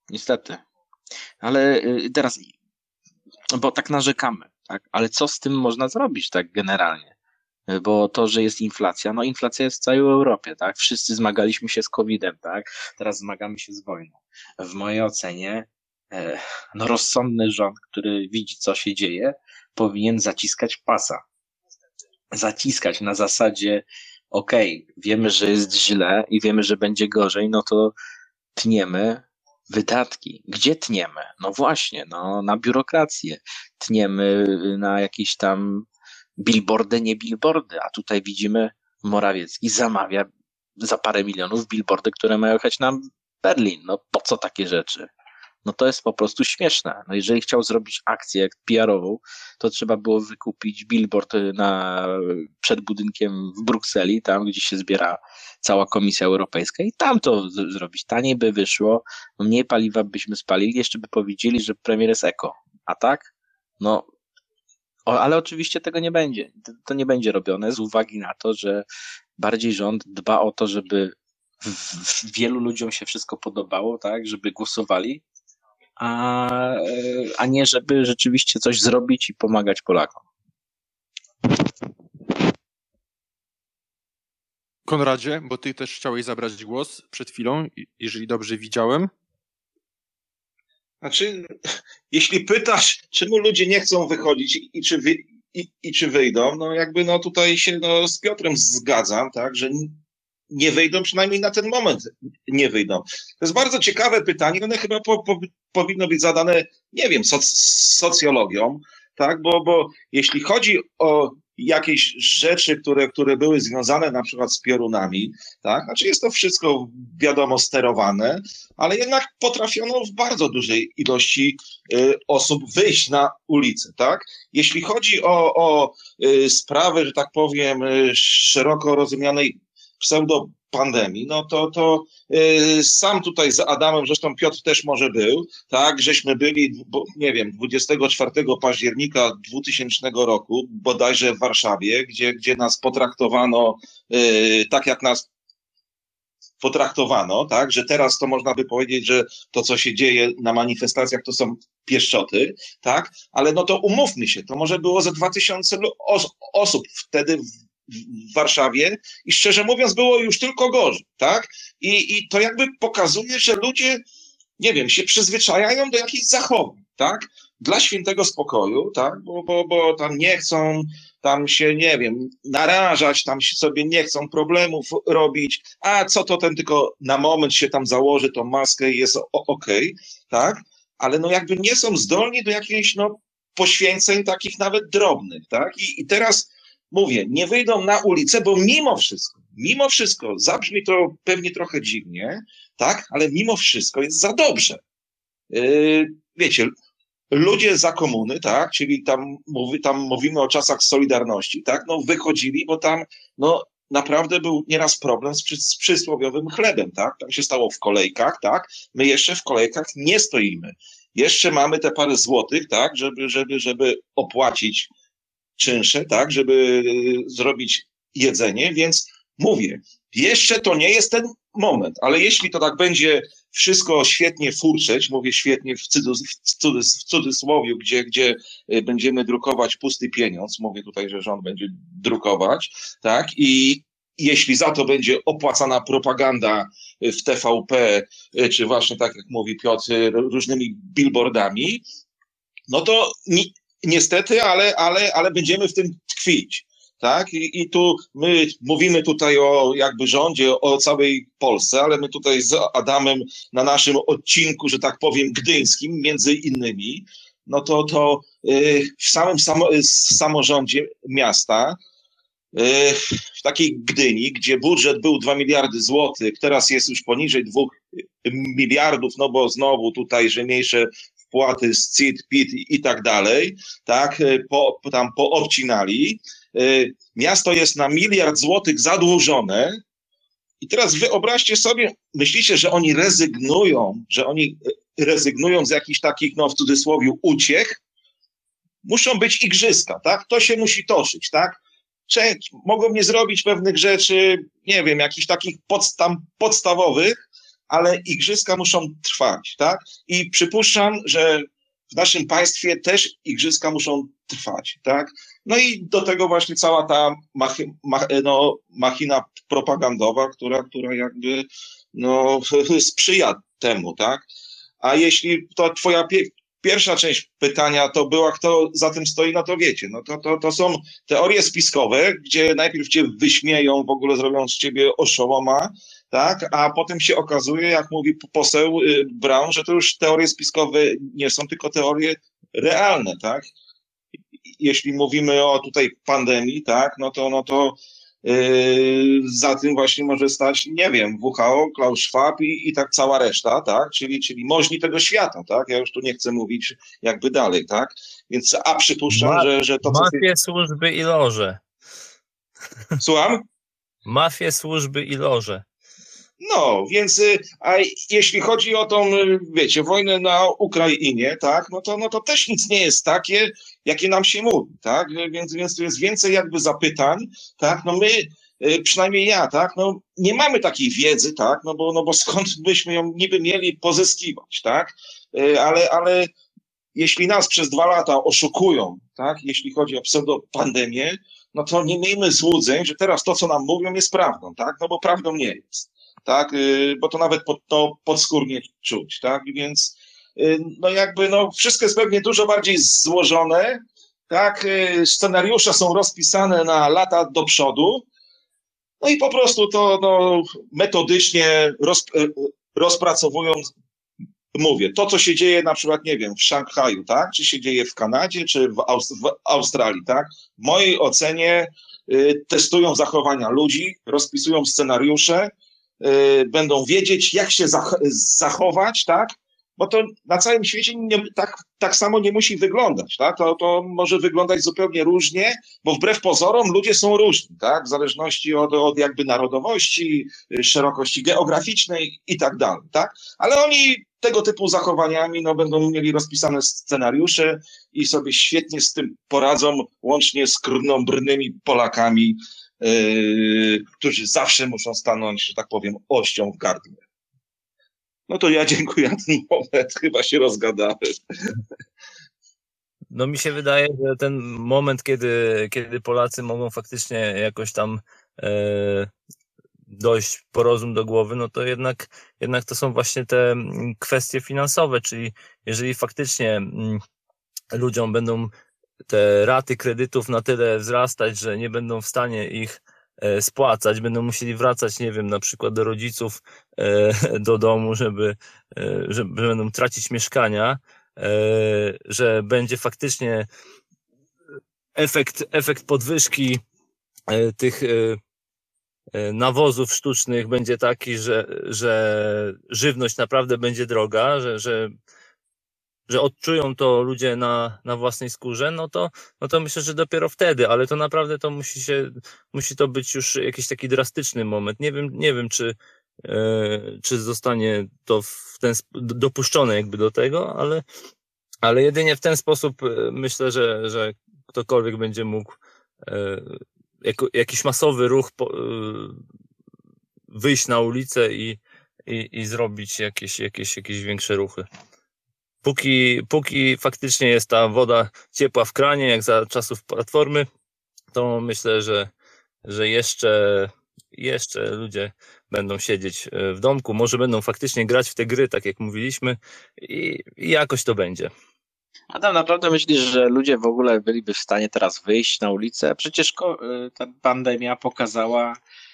Niestety. Ale y, teraz, bo tak narzekamy, tak? Ale co z tym można zrobić tak generalnie? Y, Bo to, że jest inflacja, no inflacja jest w całej Europie, tak? Wszyscy zmagaliśmy się z kowidem, tak? Teraz zmagamy się z wojną. W mojej ocenie, e, no rozsądny rząd, który widzi, co się dzieje, powinien zaciskać pasa. Zaciskać na zasadzie, okej, wiemy, że jest źle i wiemy, że będzie gorzej, no to tniemy wydatki. Gdzie tniemy? No właśnie, no na biurokrację. Tniemy na jakieś tam billboardy, nie billboardy, a tutaj widzimy, Morawiecki zamawia za parę milionów billboardy, które mają jechać na Berlin. No po co takie rzeczy? No to jest po prostu śmieszne. No jeżeli chciał zrobić akcję P R-ową, to trzeba było wykupić billboard na, przed budynkiem w Brukseli, tam gdzie się zbiera cała Komisja Europejska i tam to z- zrobić. Taniej by wyszło, mniej paliwa byśmy spalili, jeszcze by powiedzieli, że premier jest eko. A tak? No, o, ale oczywiście tego nie będzie. To, to nie będzie robione z uwagi na to, że bardziej rząd dba o to, żeby w, w, wielu ludziom się wszystko podobało, tak, żeby głosowali, a, a nie żeby rzeczywiście coś zrobić i pomagać Polakom. Konradzie, bo ty też chciałeś zabrać głos przed chwilą, i- jeżeli dobrze widziałem. Znaczy, jeśli pytasz, czemu ludzie nie chcą wychodzić i, i, czy, wy, i, i czy wyjdą, no jakby no tutaj się no, z Piotrem zgadzam, tak, że n- nie wyjdą, przynajmniej na ten moment nie wyjdą. To jest bardzo ciekawe pytanie, one chyba po, po, powinno być zadane, nie wiem, soc, socjologią, tak, bo, bo jeśli chodzi o jakieś rzeczy, które, które były związane na przykład z piorunami, tak, znaczy jest to wszystko wiadomo sterowane, ale jednak potrafiono w bardzo dużej ilości y, osób wyjść na ulicę, tak? Jeśli chodzi o, o y, sprawę, że tak powiem, y, szeroko rozumianej pseudopandemii, no to, to y, sam tutaj z Adamem, zresztą Piotr też może był, tak, żeśmy byli, bo, nie wiem, dwudziestego czwartego października dwutysięcznego roku, bodajże w Warszawie, gdzie, gdzie nas potraktowano y, tak, jak nas potraktowano, tak, że teraz to można by powiedzieć, że to, co się dzieje na manifestacjach, to są pieszczoty, tak, ale no to umówmy się, to może było ze dwa tysiące lu- os- osób wtedy w, w Warszawie i szczerze mówiąc było już tylko gorzej, tak, i, i to jakby pokazuje, że ludzie, nie wiem, się przyzwyczajają do jakichś zachowań, tak, dla świętego spokoju, tak, bo, bo, bo tam nie chcą tam się, nie wiem, narażać, tam się sobie nie chcą problemów robić, a co to ten tylko na moment się tam założy tą maskę i jest o- okej, tak? Ale no jakby nie są zdolni do jakichś, no, poświęceń takich nawet drobnych, tak? I, i teraz mówię, nie wyjdą na ulicę, bo mimo wszystko, mimo wszystko, zabrzmi to pewnie trochę dziwnie, tak? Ale mimo wszystko jest za dobrze. Yy, wiecie, ludzie za komuny, tak, czyli tam, mówi, tam mówimy o czasach Solidarności, tak, no wychodzili, bo tam, no naprawdę był nieraz problem z, przy, z przysłowiowym chlebem, tak, tam się stało w kolejkach, tak, my jeszcze w kolejkach nie stoimy, jeszcze mamy te parę złotych, tak, żeby, żeby, żeby opłacić czynsze, tak, żeby y, zrobić jedzenie, więc mówię, jeszcze to nie jest ten moment, ale jeśli to tak będzie wszystko świetnie furczeć, mówię świetnie w, cydus, w, cudys, w cudzysłowiu, gdzie, gdzie y, będziemy drukować pusty pieniądz, mówię tutaj, że rząd będzie drukować, tak, i jeśli za to będzie opłacana propaganda w T V P, y, czy właśnie tak jak mówi Piotr, y, różnymi billboardami, no to ni, niestety, ale, ale, ale będziemy w tym tkwić. Tak? I, I tu my mówimy tutaj o jakby rządzie, o całej Polsce, ale my tutaj z Adamem na naszym odcinku, że tak powiem, gdyńskim, między innymi, no to, to yy, w samym samo, samorządzie miasta, yy, w takiej Gdyni, gdzie budżet był dwa miliardy złotych, teraz jest już poniżej dwóch miliardów, no bo znowu tutaj rzemniejsze wpłaty z C I T, P I T i, i tak dalej, tak, po, tam poobcinali. Miasto jest na miliard złotych zadłużone i teraz wyobraźcie sobie, myślicie, że oni rezygnują, że oni rezygnują z jakichś takich, no w cudzysłowie, uciech? Muszą być igrzyska, tak? To się musi toczyć, tak? Część, mogą nie zrobić pewnych rzeczy, nie wiem, jakichś takich podsta- podstawowych, ale igrzyska muszą trwać, tak? I przypuszczam, że w naszym państwie też igrzyska muszą trwać, tak? No i do tego właśnie cała ta machy, mach, no, machina propagandowa, która, która jakby no, sprzyja temu, tak? A jeśli to twoja pie, pierwsza część pytania to była, kto za tym stoi, no to wiecie, no to, to, to są teorie spiskowe, gdzie najpierw cię wyśmieją, w ogóle zrobią z ciebie oszołoma, tak, a potem się okazuje, jak mówi poseł Braun, że to już teorie spiskowe nie są, tylko teorie realne, tak. Jeśli mówimy o tutaj pandemii, tak, no to, no to yy, za tym właśnie może stać, nie wiem, W H O, Klaus Schwab i, i tak cała reszta, tak, czyli, czyli możni tego świata, tak, ja już tu nie chcę mówić jakby dalej, tak, więc, a przypuszczam, Ma, że, że to, co Mafie, służby i loże. Słucham? Mafie, służby i loże. No, więc a jeśli chodzi o tą, wiecie, wojnę na Ukrainie, tak, no to, no to też nic nie jest takie, jakie nam się mówi, tak, więc, więc tu jest więcej jakby zapytań, tak, no my, przynajmniej ja, tak, no nie mamy takiej wiedzy, tak, no bo, no bo skąd byśmy ją niby mieli pozyskiwać, tak, ale, ale jeśli nas przez dwa lata oszukują, tak, jeśli chodzi o pseudopandemię, no to nie miejmy złudzeń, że teraz to, co nam mówią, jest prawdą, tak, no bo prawdą nie jest. Tak, bo to nawet pod, to podskórnie czuć, tak, więc no jakby no wszystko jest pewnie dużo bardziej złożone, tak, scenariusze są rozpisane na lata do przodu, no i po prostu to no, metodycznie roz, rozpracowują, mówię, to co się dzieje na przykład, nie wiem, w Szanghaju, tak, czy się dzieje w Kanadzie, czy w, Aust- w Australii, tak, w mojej ocenie y, testują zachowania ludzi, rozpisują scenariusze, będą wiedzieć, jak się zachować, tak? Bo to na całym świecie nie, tak, tak samo nie musi wyglądać, tak? To, to może wyglądać zupełnie różnie, bo wbrew pozorom ludzie są różni, tak? W zależności od, od jakby narodowości, szerokości geograficznej i tak dalej, tak? Ale oni tego typu zachowaniami no, będą mieli rozpisane scenariusze i sobie świetnie z tym poradzą, łącznie z krnąbrnymi Polakami, Yy, którzy zawsze muszą stanąć, że tak powiem, ością w gardle. No to ja dziękuję na ten moment, chyba się rozgadałem. No mi się wydaje, że ten moment, kiedy, kiedy Polacy mogą faktycznie jakoś tam e, dojść po rozum do głowy, no to jednak, jednak to są właśnie te kwestie finansowe, czyli jeżeli faktycznie m, ludziom będą te raty kredytów na tyle wzrastać, że nie będą w stanie ich spłacać, będą musieli wracać, nie wiem, na przykład do rodziców, do domu, żeby, żeby będą tracić mieszkania, że będzie faktycznie efekt, efekt podwyżki tych nawozów sztucznych będzie taki, że, że żywność naprawdę będzie droga, że, że że odczują to ludzie na, na własnej skórze, no to, no to myślę, że dopiero wtedy, ale to naprawdę to musi się, musi to być już jakiś taki drastyczny moment. Nie wiem, nie wiem, czy, e, czy zostanie to w ten, dopuszczone jakby do tego, ale, ale jedynie w ten sposób myślę, że, że ktokolwiek będzie mógł e, jako, jakiś masowy ruch po, e, wyjść na ulicę i, i, i zrobić jakieś, jakieś, jakieś większe ruchy. Póki, póki faktycznie jest ta woda ciepła w kranie, jak za czasów Platformy, to myślę, że, że jeszcze, jeszcze ludzie będą siedzieć w domku, może będą faktycznie grać w te gry, tak jak mówiliśmy, i, i jakoś to będzie. Adam, naprawdę myślisz, że ludzie w ogóle byliby w stanie teraz wyjść na ulicę? Przecież ta pandemia pokazała,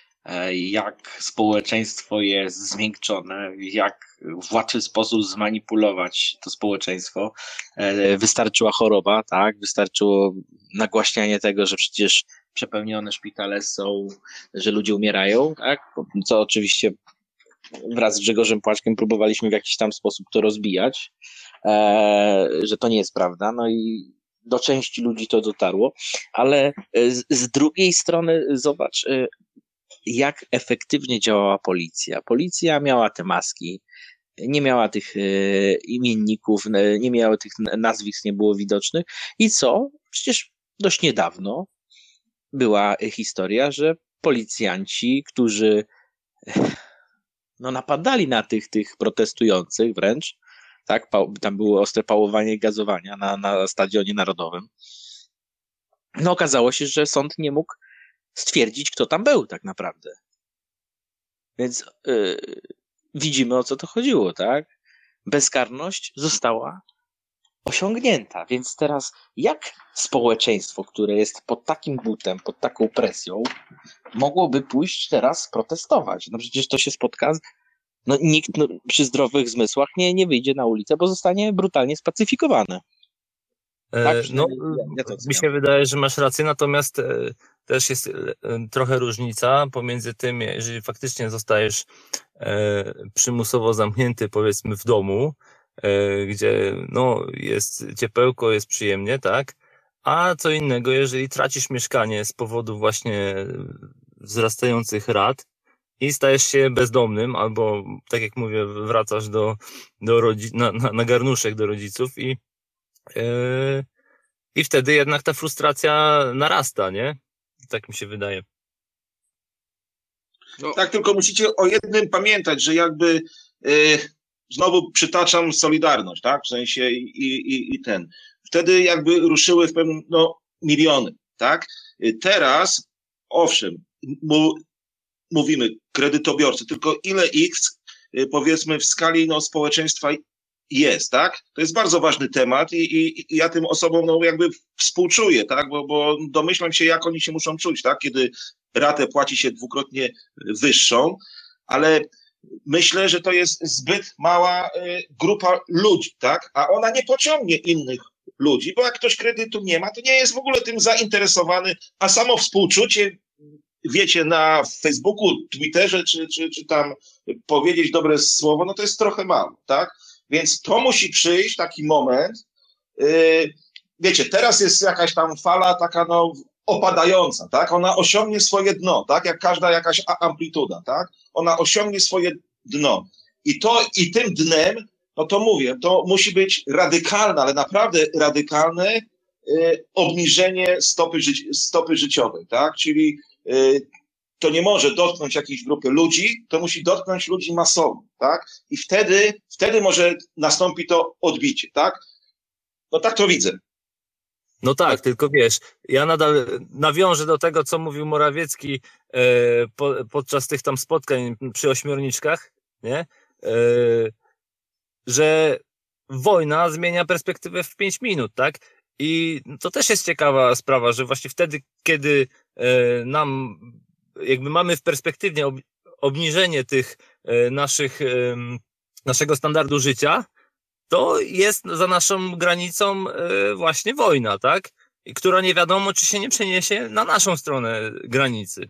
jak społeczeństwo jest zmiękczone, jak w łatwy sposób zmanipulować to społeczeństwo. Wystarczyła choroba, tak? Wystarczyło nagłaśnianie tego, że przecież przepełnione szpitale są, że ludzie umierają, tak? Co oczywiście wraz z Grzegorzem Płaczkiem próbowaliśmy w jakiś tam sposób to rozbijać, że to nie jest prawda. No i do części ludzi to dotarło, ale z, z drugiej strony zobacz, jak efektywnie działała policja. Policja miała te maski, nie miała tych e, imienników, nie miała tych nazwisk, nie było widocznych. I co? Przecież dość niedawno była historia, że policjanci, którzy no napadali na tych, tych protestujących wręcz, tak, tam było ostre pałowanie i gazowania na, na Stadionie Narodowym. No okazało się, że sąd nie mógł stwierdzić, kto tam był tak naprawdę. Więc yy, widzimy, o co to chodziło, tak? Bezkarność została osiągnięta, więc teraz jak społeczeństwo, które jest pod takim butem, pod taką presją, mogłoby pójść teraz protestować? No przecież to się spotka, no nikt no, przy zdrowych zmysłach nie, nie wyjdzie na ulicę, bo zostanie brutalnie spacyfikowany. Tak, E, no, ja, ja to mi się wydaje, że masz rację, natomiast e, też jest e, trochę różnica pomiędzy tym, jeżeli faktycznie zostajesz e, przymusowo zamknięty, powiedzmy, w domu, e, gdzie no, jest ciepełko, jest przyjemnie, tak? A co innego, jeżeli tracisz mieszkanie z powodu właśnie wzrastających rat i stajesz się bezdomnym, albo tak jak mówię, wracasz do, do rodzi- na, na, na garnuszek do rodziców i Yy, I wtedy jednak ta frustracja narasta, nie? Tak mi się wydaje. No. Tak, tylko musicie o jednym pamiętać, że jakby yy, znowu przytaczam Solidarność, tak? W sensie i, i, i ten. Wtedy jakby ruszyły w pewnym, no, miliony, tak? Teraz, owszem, mu, mówimy kredytobiorcy, tylko ile ich, powiedzmy, w skali no, społeczeństwa jest, tak? To jest bardzo ważny temat i, i, i ja tym osobom no, jakby współczuję, tak? Bo, bo domyślam się, jak oni się muszą czuć, tak? Kiedy ratę płaci się dwukrotnie wyższą, ale myślę, że to jest zbyt mała y, grupa ludzi, tak? A ona nie pociągnie innych ludzi, bo jak ktoś kredytu nie ma, to nie jest w ogóle tym zainteresowany, a samo współczucie, wiecie, na Facebooku, Twitterze, czy, czy, czy tam powiedzieć dobre słowo, no to jest trochę mało, tak? Więc to musi przyjść taki moment, yy, wiecie, teraz jest jakaś tam fala taka no opadająca, tak? Ona osiągnie swoje dno, tak? Jak każda jakaś amplituda, tak? Ona osiągnie swoje dno. I to, i tym dnem, no to mówię, to musi być radykalne, ale naprawdę radykalne yy, obniżenie stopy, ży- stopy życiowej, tak? Czyli yy, to nie może dotknąć jakiejś grupy ludzi, to musi dotknąć ludzi masowo, tak? I wtedy, wtedy może nastąpi to odbicie, tak? No tak to widzę. No tak, tylko wiesz, ja nadal nawiążę do tego, co mówił Morawiecki e, po, podczas tych tam spotkań przy ośmiorniczkach, nie? E, że wojna zmienia perspektywę w pięć minut, tak? I to też jest ciekawa sprawa, że właśnie wtedy, kiedy e, nam jakby mamy w perspektywie ob, obniżenie tych e, naszych, e, naszego standardu życia, to jest za naszą granicą e, właśnie wojna, tak? I która nie wiadomo, czy się nie przeniesie na naszą stronę granicy.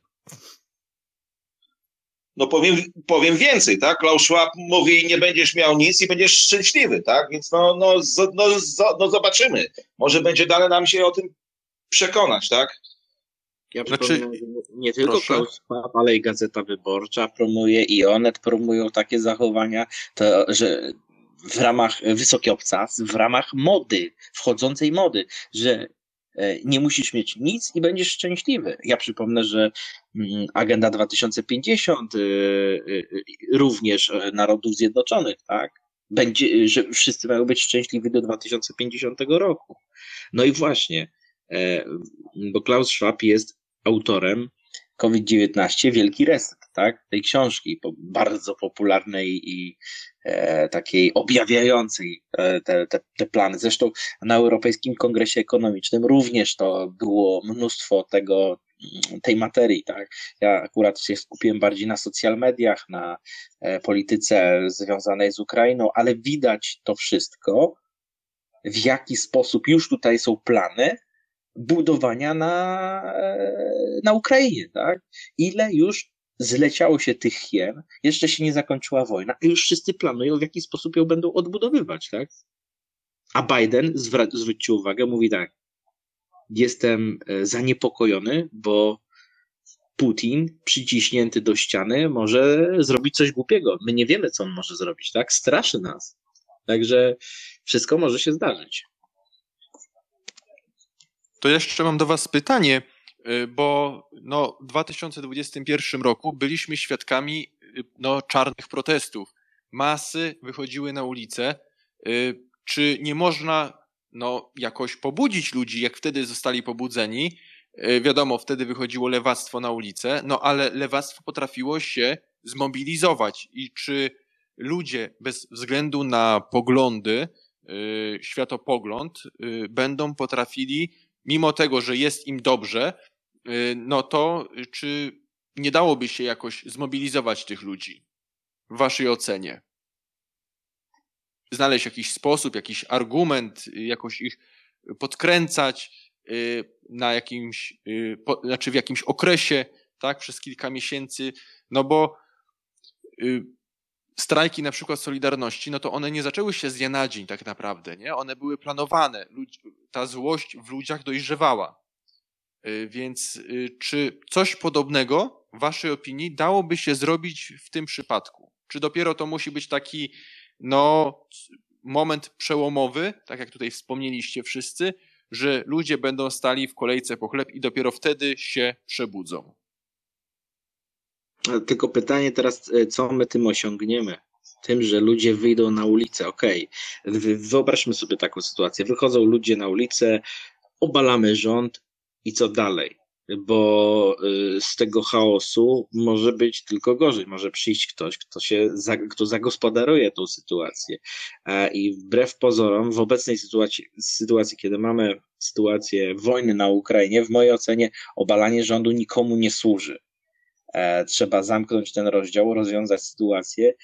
No powiem, powiem więcej, tak? Klaus Schwab mówi, nie będziesz miał nic i będziesz szczęśliwy, tak? Więc no, no, no, no zobaczymy. Może będzie dane nam się o tym przekonać, tak? Ja Znaczy, przypominam, że nie tylko proszę. Klaus Schwab, ale i Gazeta Wyborcza promuje i Onet promują takie zachowania, to, że w ramach wysoki obcas, w ramach mody, wchodzącej mody, że nie musisz mieć nic i będziesz szczęśliwy. Ja przypomnę, że Agenda dwa tysiące pięćdziesiąt również Narodów Zjednoczonych, tak? Będzie, że wszyscy mają być szczęśliwi do dwa tysiące pięćdziesiątego roku. No i właśnie, bo Klaus Schwab jest autorem COVID dziewiętnaście Wielki Reset, tak? Tej książki bardzo popularnej i e, takiej objawiającej e, te, te, te plany. Zresztą na Europejskim Kongresie Ekonomicznym również to było mnóstwo tego, tej materii, tak? Ja akurat się skupiłem bardziej na social mediach, na e, polityce związanej z Ukrainą, ale widać to wszystko, w jaki sposób już tutaj są plany budowania na, na Ukrainie, tak? Ile już zleciało się tych hien, jeszcze się nie zakończyła wojna i już wszyscy planują, w jaki sposób ją będą odbudowywać, tak? A Biden, zwra- zwróćcie uwagę, mówi tak, jestem zaniepokojony, bo Putin przyciśnięty do ściany może zrobić coś głupiego. My nie wiemy, co on może zrobić, tak? Straszy nas. Także wszystko może się zdarzyć. To jeszcze mam do was pytanie, bo no, w dwa tysiące dwudziestym pierwszym roku byliśmy świadkami no, czarnych protestów. Masy wychodziły na ulicę. Czy nie można no, jakoś pobudzić ludzi, jak wtedy zostali pobudzeni? Wiadomo, wtedy wychodziło lewactwo na ulicę, no ale lewactwo potrafiło się zmobilizować. I czy ludzie bez względu na poglądy, yy, światopogląd, yy, będą potrafili, mimo tego, że jest im dobrze, yy, no to yy, czy nie dałoby się jakoś zmobilizować tych ludzi w waszej ocenie? Znaleźć jakiś sposób, jakiś argument, yy, jakoś ich podkręcać yy, na jakimś, yy, po, znaczy w jakimś okresie, tak, przez kilka miesięcy, no bo yy, strajki na przykład Solidarności, no to one nie zaczęły się z dnia na dzień tak naprawdę, nie? One były planowane. Ludzi, ta złość w ludziach dojrzewała. Yy, więc yy, czy coś podobnego, w waszej opinii, dałoby się zrobić w tym przypadku? Czy dopiero to musi być taki, no, moment przełomowy, tak jak tutaj wspomnieliście wszyscy, że ludzie będą stali w kolejce po chleb i dopiero wtedy się przebudzą? Tylko pytanie teraz, co my tym osiągniemy? Tym, że ludzie wyjdą na ulicę. Okej, okay. Wyobraźmy sobie taką sytuację. Wychodzą ludzie na ulicę, obalamy rząd i co dalej? Bo z tego chaosu może być tylko gorzej. Może przyjść ktoś, kto się, kto zagospodaruje tą sytuację. I wbrew pozorom, w obecnej sytuacji, sytuacji, kiedy mamy sytuację wojny na Ukrainie, w mojej ocenie obalanie rządu nikomu nie służy. Trzeba zamknąć ten rozdział, rozwiązać sytuację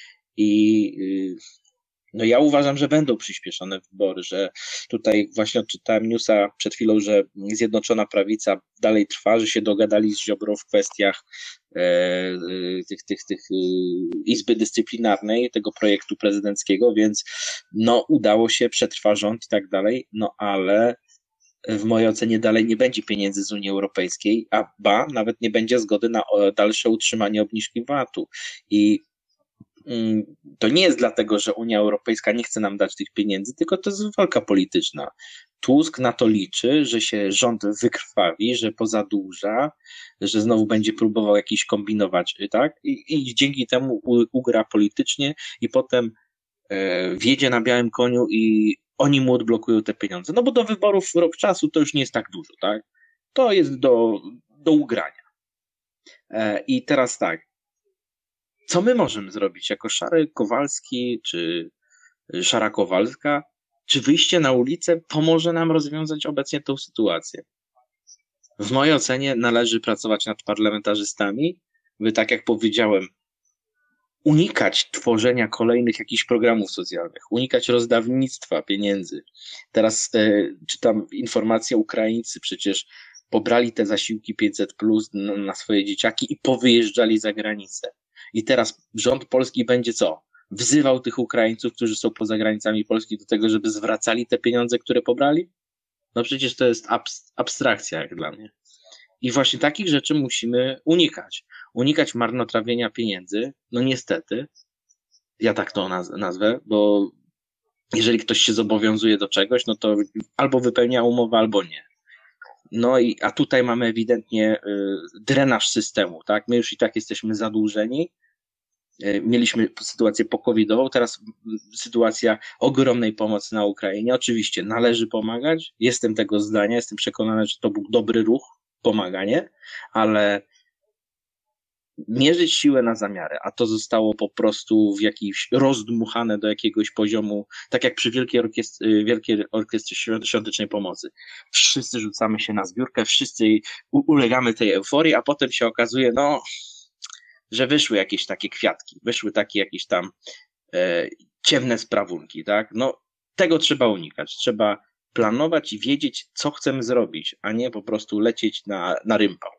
i no ja uważam, że będą przyspieszone wybory, że tutaj właśnie odczytałem newsa przed chwilą, że Zjednoczona Prawica dalej trwa, że się dogadali z Ziobrą w kwestiach e, tych, tych, tych Izby Dyscyplinarnej, tego projektu prezydenckiego, więc no udało się, przetrwa rząd i tak dalej, no ale w mojej ocenie dalej nie będzie pieniędzy z Unii Europejskiej, a ba, nawet nie będzie zgody na dalsze utrzymanie obniżki V A T-u. I to nie jest dlatego, że Unia Europejska nie chce nam dać tych pieniędzy, tylko to jest walka polityczna. Tusk na to liczy, że się rząd wykrwawi, że pozadłuża, że znowu będzie próbował jakiś kombinować, tak? I, i dzięki temu ugra politycznie i potem e, wjedzie na białym koniu i oni mu odblokują te pieniądze. No bo do wyborów rok czasu to już nie jest tak dużo, tak? To jest do, do ugrania. E, I teraz tak. Co my możemy zrobić jako Szary Kowalski czy Szara Kowalska? Czy wyjście na ulicę pomoże nam rozwiązać obecnie tę sytuację? W mojej ocenie należy pracować nad parlamentarzystami, by, tak jak powiedziałem, unikać tworzenia kolejnych jakichś programów socjalnych, unikać rozdawnictwa pieniędzy. Teraz e, czytam informacje, Ukraińcy przecież pobrali te zasiłki pięćset plus na, na swoje dzieciaki i powyjeżdżali za granicę. I teraz rząd polski będzie co? Wzywał tych Ukraińców, którzy są poza granicami Polski, do tego, żeby zwracali te pieniądze, które pobrali? No przecież to jest abs- abstrakcja jak dla mnie. I właśnie takich rzeczy musimy unikać. Unikać marnotrawienia pieniędzy. No niestety, ja tak to naz- nazwę, bo jeżeli ktoś się zobowiązuje do czegoś, no to albo wypełnia umowę, albo nie. No i a tutaj mamy ewidentnie y, drenaż systemu, tak? My już i tak jesteśmy zadłużeni. Y, mieliśmy sytuację po-covidową, teraz sytuacja ogromnej pomocy na Ukrainie. Oczywiście należy pomagać, jestem tego zdania, jestem przekonany, że to był dobry ruch, pomaganie, ale mierzyć siłę na zamiary, a to zostało po prostu w jakiś rozdmuchane do jakiegoś poziomu, tak jak przy Wielkiej, Orkiest- Wielkiej Orkiestrze Świątecznej Pomocy. Wszyscy rzucamy się na zbiórkę, wszyscy u- ulegamy tej euforii, a potem się okazuje, no, że wyszły jakieś takie kwiatki, wyszły takie jakieś tam e, ciemne sprawunki, tak? No, tego trzeba unikać. Trzeba planować i wiedzieć, co chcemy zrobić, a nie po prostu lecieć na, na rympał.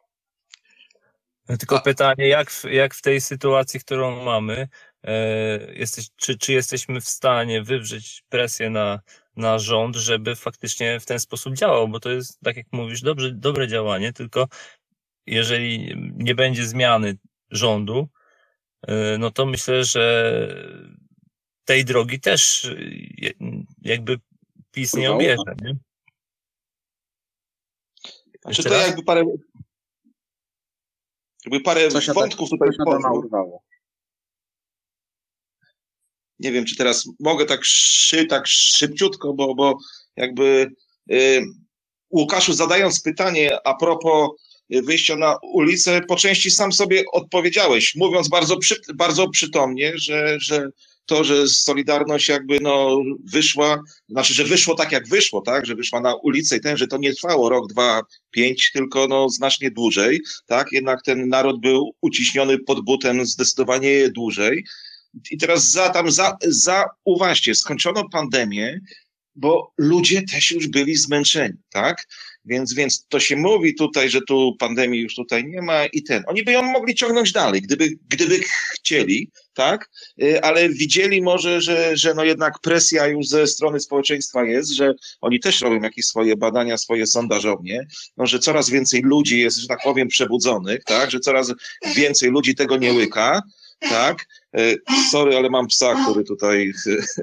Tylko A- pytanie, jak w, jak w tej sytuacji, którą mamy, e, jesteś, czy, czy jesteśmy w stanie wywrzeć presję na, na rząd, żeby faktycznie w ten sposób działał, bo to jest, tak jak mówisz, dobrze, dobre działanie, tylko jeżeli nie będzie zmiany rządu, e, no to myślę, że tej drogi też e, jakby PiS nie Wpływało? obierze, nie? Znaczy Jeszcze to raz? jakby parę, jakby parę Coś wątków tutaj coś Adama wchodzą. urwało. nie wiem, czy teraz mogę tak, szy, tak szybciutko, bo, bo jakby y, Łukaszu, zadając pytanie a propos wyjścia na ulicę, po części sam sobie odpowiedziałeś, mówiąc bardzo, przy, bardzo przytomnie, że, że to, że Solidarność jakby no wyszła, znaczy, że wyszło tak jak wyszło, tak, że wyszła na ulicę i ten, że to nie trwało rok, dwa, pięć, tylko no znacznie dłużej, tak, jednak ten naród był uciśniony pod butem zdecydowanie dłużej. I teraz za tam, za, zauważcie, skończono pandemię, bo ludzie też już byli zmęczeni, tak? Więc, więc to się mówi tutaj, że tu pandemii już tutaj nie ma i ten. Oni by ją mogli ciągnąć dalej, gdyby, gdyby chcieli, tak? Ale widzieli może, że, że no jednak presja już ze strony społeczeństwa jest, że oni też robią jakieś swoje badania, swoje sondażownie, no, że coraz więcej ludzi jest, że tak powiem, przebudzonych, tak? Że coraz więcej ludzi tego nie łyka, tak? Sorry, ale mam psa, który tutaj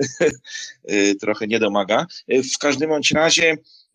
trochę nie domaga. W każdym bądź razie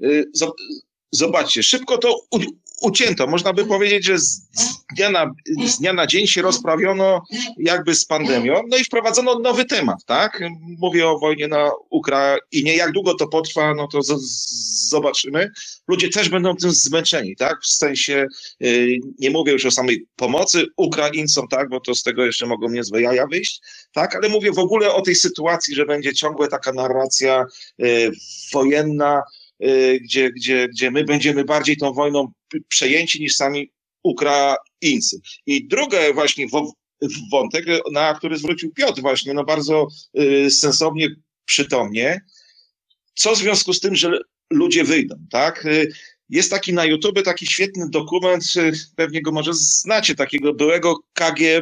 zobaczcie, szybko to u, ucięto. Można by powiedzieć, że z dnia, na, z dnia na dzień się rozprawiono jakby z pandemią, no i wprowadzono nowy temat, tak? Mówię o wojnie na Ukrainie. Jak długo to potrwa, no to z, z, zobaczymy. Ludzie też będą tym zmęczeni, tak? W sensie, yy, nie mówię już o samej pomocy Ukraińcom, tak? Bo to z tego jeszcze mogą niezłe jaja wyjść, tak? Ale mówię w ogóle o tej sytuacji, że będzie ciągle taka narracja yy, wojenna, Gdzie, gdzie, gdzie my będziemy bardziej tą wojną przejęci niż sami Ukraińcy. I drugi właśnie wątek, na który zwrócił Piotr właśnie, no bardzo y, sensownie, przytomnie. Co w związku z tym, że ludzie wyjdą, tak? Jest taki na YouTube taki świetny dokument, pewnie go może znacie, takiego byłego K G,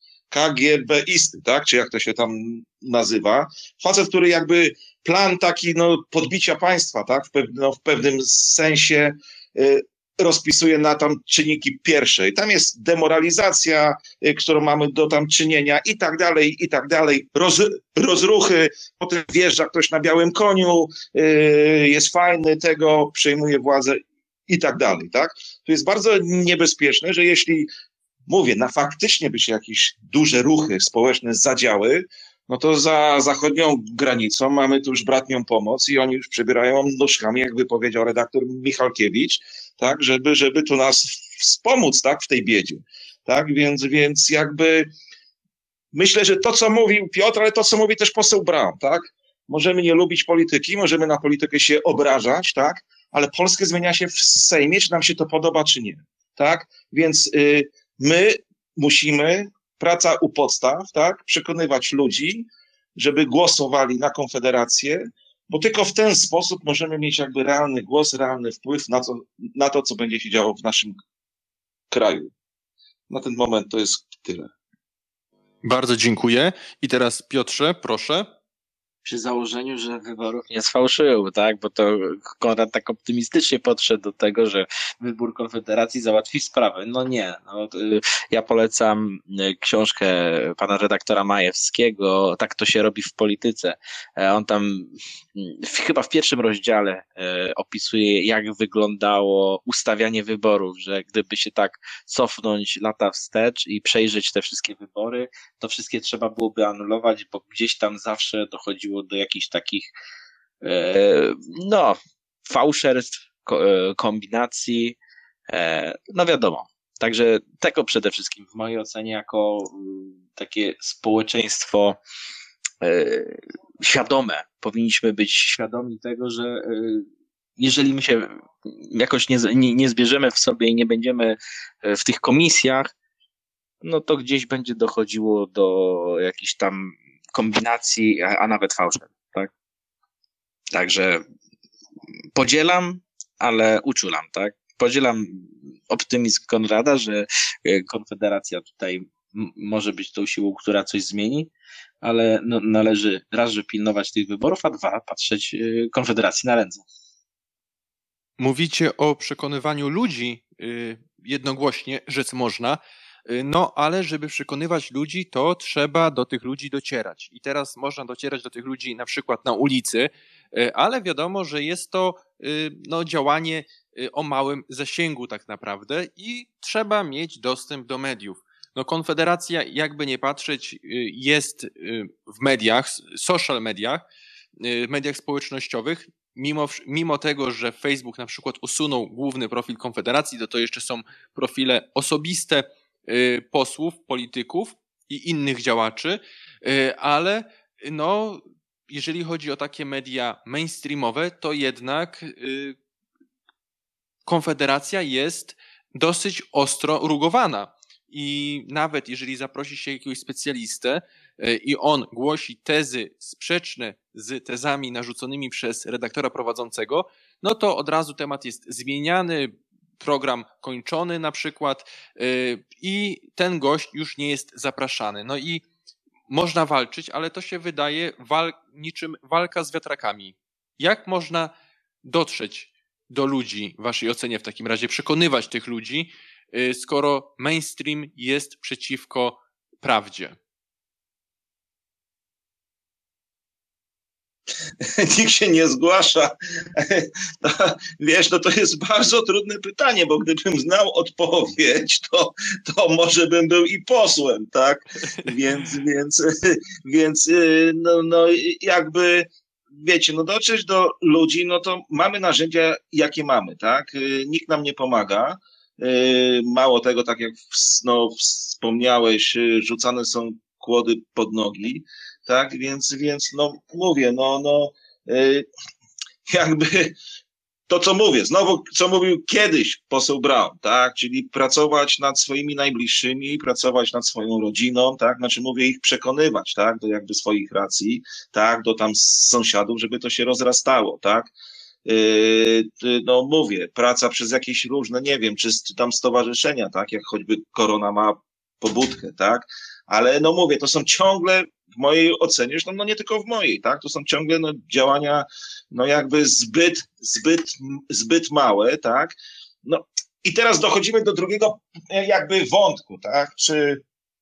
KGBisty, tak? Czy jak to się tam nazywa. Facet, który jakby plan taki no, podbicia państwa, tak? W, pew, no, w pewnym sensie y, rozpisuje na tam czynniki pierwsze. I tam jest demoralizacja, y, którą mamy do tam czynienia i tak dalej, i tak dalej. Roz, rozruchy, potem wjeżdża ktoś na białym koniu, y, jest fajny, tego przejmuje władzę i tak dalej, tak? To jest bardzo niebezpieczne, że jeśli mówię, na faktycznie by się jakieś duże ruchy społeczne zadziały, no to za zachodnią granicą mamy tu już bratnią pomoc i oni już przybierają nóżkami, jakby powiedział redaktor Michalkiewicz, tak, żeby, żeby tu nas wspomóc, tak, w tej biedzie, tak, więc, więc jakby myślę, że to, co mówił Piotr, ale to, co mówi też poseł Braun, tak, możemy nie lubić polityki, możemy na politykę się obrażać, tak, ale Polskę zmienia się w Sejmie, czy nam się to podoba, czy nie, tak, więc y, my musimy, praca u podstaw, tak, przekonywać ludzi, żeby głosowali na Konfederację, bo tylko w ten sposób możemy mieć jakby realny głos, realny wpływ na to, na to, co będzie się działo w naszym kraju. Na ten moment to jest tyle. Bardzo dziękuję. I teraz Piotrze, proszę. Przy założeniu, że wyborów nie sfałszył, tak? Bo to Konrad tak optymistycznie podszedł do tego, że wybór Konfederacji załatwi sprawę. No nie. No, ja polecam książkę pana redaktora Majewskiego, Tak to się robi w polityce. On tam chyba w pierwszym rozdziale opisuje, jak wyglądało ustawianie wyborów, że gdyby się tak cofnąć lata wstecz i przejrzeć te wszystkie wybory, to wszystkie trzeba byłoby anulować, bo gdzieś tam zawsze dochodziło do jakichś takich no fałszerstw, kombinacji, no wiadomo. Także tego przede wszystkim w mojej ocenie jako takie społeczeństwo świadome. Powinniśmy być świadomi tego, że jeżeli my się jakoś nie, nie, nie zbierzemy w sobie i nie będziemy w tych komisjach, no to gdzieś będzie dochodziło do jakichś tam kombinacji, a, a nawet fałszerstw, tak? Także podzielam, ale uczulam, tak? Podzielam optymizm Konrada, że Konfederacja tutaj m- może być tą siłą, która coś zmieni, ale no, należy raz, że pilnować tych wyborów, a dwa, patrzeć y, Konfederacji na ręce. Mówicie o przekonywaniu ludzi y, jednogłośnie, rzec można, y, no ale żeby przekonywać ludzi, to trzeba do tych ludzi docierać. I teraz można docierać do tych ludzi na przykład na ulicy, y, ale wiadomo, że jest to y, no, działanie y, o małym zasięgu tak naprawdę i trzeba mieć dostęp do mediów. No Konfederacja, jakby nie patrzeć, jest w mediach, social mediach, w mediach społecznościowych, mimo, mimo tego, że Facebook na przykład usunął główny profil Konfederacji, to to jeszcze są profile osobiste posłów, polityków i innych działaczy, ale no, jeżeli chodzi o takie media mainstreamowe, to jednak Konfederacja jest dosyć ostro rugowana. I nawet jeżeli zaprosi się jakiegoś specjalistę i on głosi tezy sprzeczne z tezami narzuconymi przez redaktora prowadzącego, no to od razu temat jest zmieniany, program kończony na przykład i ten gość już nie jest zapraszany. No i można walczyć, ale to się wydaje wal- niczym walka z wiatrakami. Jak można dotrzeć do ludzi, w waszej ocenie w takim razie, przekonywać tych ludzi, skoro mainstream jest przeciwko prawdzie? Nikt się nie zgłasza. No, wiesz, no to jest bardzo trudne pytanie, bo gdybym znał odpowiedź, to, to może bym był i posłem, tak? Więc, więc, więc no, no jakby, wiecie, no dotrzeć do ludzi, no to mamy narzędzia, jakie mamy, tak? Nikt nam nie pomaga. Mało tego, tak jak no, wspomniałeś, rzucane są kłody pod nogi. Tak, więc, więc no mówię, no, no yy, jakby to, co mówię, znowu, co mówił kiedyś poseł Braun, tak, czyli pracować nad swoimi najbliższymi, pracować nad swoją rodziną, tak, znaczy mówię ich przekonywać, tak, do jakby swoich racji, tak, do tam sąsiadów, żeby to się rozrastało, tak. Yy, no mówię, praca przez jakieś różne, nie wiem, czy, czy tam stowarzyszenia, tak, jak choćby Korona ma pobudkę, tak, ale no mówię, to są ciągle w mojej ocenie, zresztą no nie tylko w mojej, tak, to są ciągle no, działania no jakby zbyt, zbyt, zbyt małe, tak, no i teraz dochodzimy do drugiego jakby wątku, tak, czy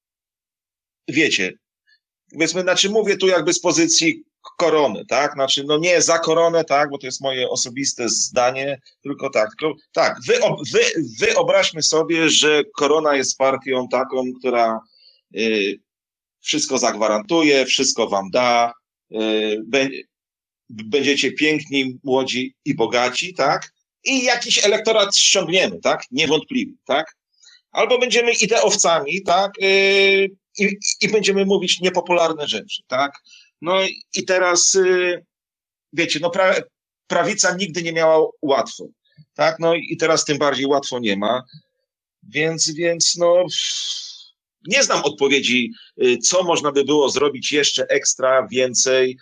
wiecie, powiedzmy, znaczy mówię tu jakby z pozycji Korony, tak, znaczy no nie za Koronę, tak, bo to jest moje osobiste zdanie, tylko tak, tylko tak, wyob, wy, wyobraźmy sobie, że Korona jest partią taką, która yy, wszystko zagwarantuje, wszystko wam da, yy, będziecie piękni, młodzi i bogaci, tak? I jakiś elektorat ściągniemy, tak? Niewątpliwie, tak? Albo będziemy ideowcami, tak? Yy, i, I będziemy mówić niepopularne rzeczy, tak? No i teraz, yy, wiecie, no pra, prawica nigdy nie miała łatwo, tak? No i teraz tym bardziej łatwo nie ma, więc, więc no... Nie znam odpowiedzi, co można by było zrobić jeszcze ekstra, więcej.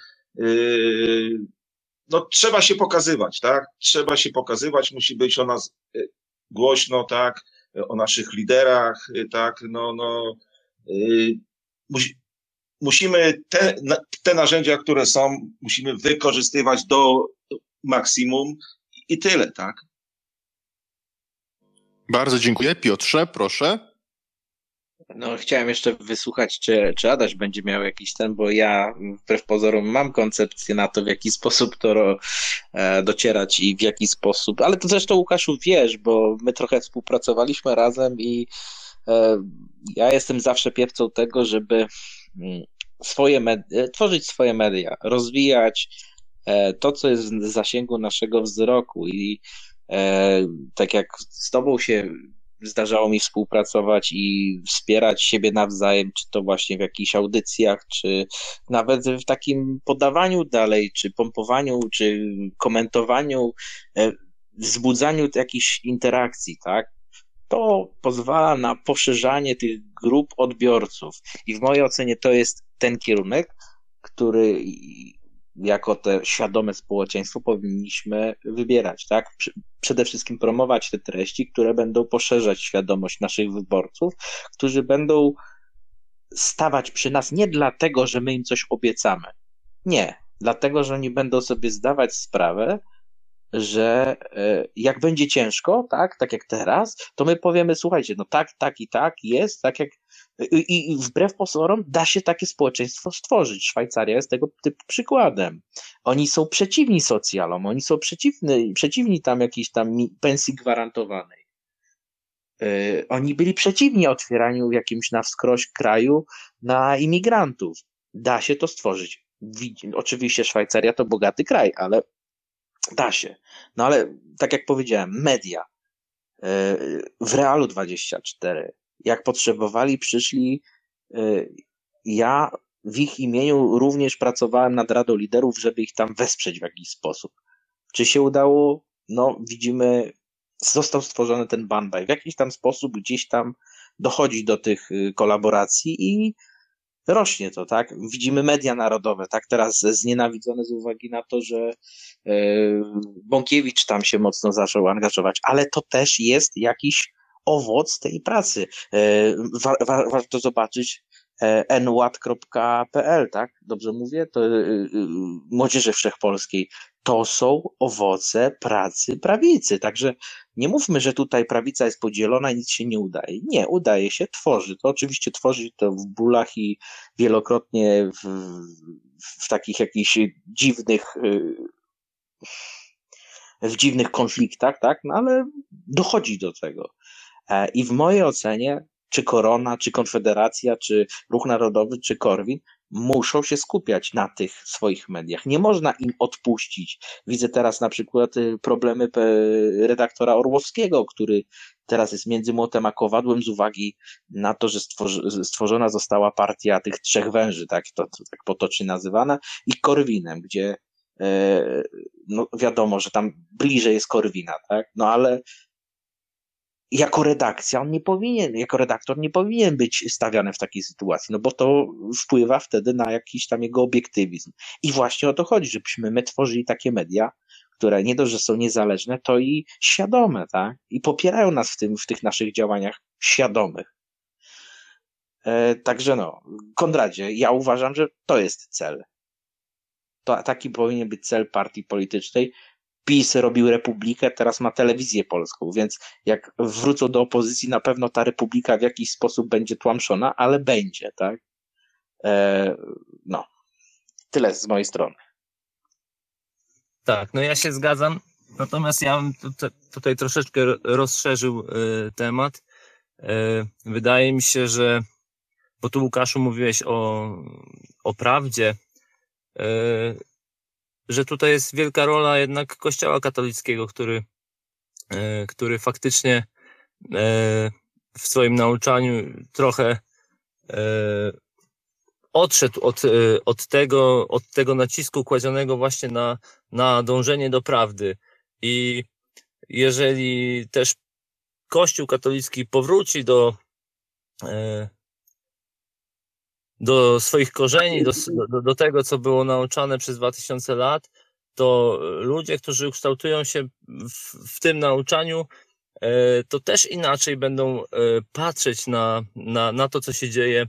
No trzeba się pokazywać, tak? Trzeba się pokazywać, musi być o nas głośno, tak? O naszych liderach, tak? No, no, musi, musimy te, te narzędzia, które są, musimy wykorzystywać do maksimum i tyle, tak? Bardzo dziękuję. Piotrze, proszę. No, chciałem jeszcze wysłuchać, czy, czy Adaś będzie miał jakiś ten, bo ja wbrew pozorom mam koncepcję na to, w jaki sposób to ro, e, docierać i w jaki sposób, ale to zresztą Łukaszu wiesz, bo my trochę współpracowaliśmy razem i e, ja jestem zawsze piewcą tego, żeby swoje med- tworzyć swoje media, rozwijać e, to, co jest w zasięgu naszego wzroku i e, tak jak z tobą się zdarzało mi współpracować i wspierać siebie nawzajem, czy to właśnie w jakichś audycjach, czy nawet w takim podawaniu dalej, czy pompowaniu, czy komentowaniu, wzbudzaniu jakichś interakcji, tak? To pozwala na poszerzanie tych grup odbiorców i w mojej ocenie to jest ten kierunek, który jako te świadome społeczeństwo powinniśmy wybierać, tak? Przede wszystkim promować te treści, które będą poszerzać świadomość naszych wyborców, którzy będą stawać przy nas nie dlatego, że my im coś obiecamy. Nie, dlatego, że oni będą sobie zdawać sprawę, że jak będzie ciężko, tak, tak jak teraz, to my powiemy, słuchajcie, no tak, tak i tak jest, tak jak i, i wbrew pozorom da się takie społeczeństwo stworzyć. Szwajcaria jest tego typu przykładem. Oni są przeciwni socjalom, oni są przeciwni, przeciwni tam jakiejś tam pensji gwarantowanej. Yy, oni byli przeciwni otwieraniu w jakimś na wskroś kraju na imigrantów. Da się to stworzyć. Widzi- Oczywiście Szwajcaria to bogaty kraj, ale da się. No ale tak jak powiedziałem, media yy, w Realu dwadzieścia cztery, jak potrzebowali, przyszli. yy, Ja w ich imieniu również pracowałem nad Radą Liderów, żeby ich tam wesprzeć w jakiś sposób. Czy się udało? No, widzimy, został stworzony ten Bandai. W jakiś tam sposób gdzieś tam dochodzi do tych y, kolaboracji i rośnie to, tak? Widzimy media narodowe, tak? Teraz znienawidzone z uwagi na to, że y, Bąkiewicz tam się mocno zaczął angażować, ale to też jest jakiś owoc tej pracy. Y, wa, wa, warto zobaczyć en u a t kropka p l, tak? Dobrze mówię? To y, y, Młodzieży Wszechpolskiej. To są owoce pracy prawicy. Także nie mówmy, że tutaj prawica jest podzielona i nic się nie udaje. Nie, udaje się, tworzy. To oczywiście tworzy to w bólach i wielokrotnie w, w takich jakichś dziwnych y, w dziwnych konfliktach, tak? No ale dochodzi do tego. E, I w mojej ocenie, czy Korona, czy Konfederacja, czy Ruch Narodowy, czy Korwin muszą się skupiać na tych swoich mediach. Nie można im odpuścić. Widzę teraz na przykład y, problemy pe- redaktora Orłowskiego, który teraz jest między młotem a kowadłem z uwagi na to, że stworzy, stworzona została partia tych trzech węży, tak, to, to tak potocznie nazywana, i Korwinem, gdzie e, no wiadomo, że tam bliżej jest Korwina, tak, no ale jako redakcja on nie powinien, jako redaktor nie powinien być stawiany w takiej sytuacji, no bo to wpływa wtedy na jakiś tam jego obiektywizm. I właśnie o to chodzi, żebyśmy my tworzyli takie media, które nie dość, że są niezależne, to i świadome, tak? I popierają nas w tym, w tych naszych działaniach świadomych. E, także no, Konradzie, ja uważam, że to jest cel. To taki powinien być cel partii politycznej. PiS robił Republikę, teraz ma Telewizję Polską, więc jak wrócą do opozycji, na pewno ta Republika w jakiś sposób będzie tłamszona, ale będzie, tak? E, no, tyle z mojej strony. Tak, no ja się zgadzam. Natomiast ja bym tutaj, tutaj troszeczkę rozszerzył y, temat. Y, wydaje mi się, że, bo tu Łukaszu mówiłeś o, o prawdzie, y, że tutaj jest wielka rola jednak Kościoła katolickiego, który, y, który faktycznie y, w swoim nauczaniu trochę y, odszedł od, od tego, od tego nacisku kładzionego właśnie na, na dążenie do prawdy. I jeżeli też Kościół katolicki powróci do, do swoich korzeni, do, do, do tego, co było nauczane przez dwa tysiące lat, to ludzie, którzy ukształtują się w, w tym nauczaniu, to też inaczej będą patrzeć na, na, na to, co się dzieje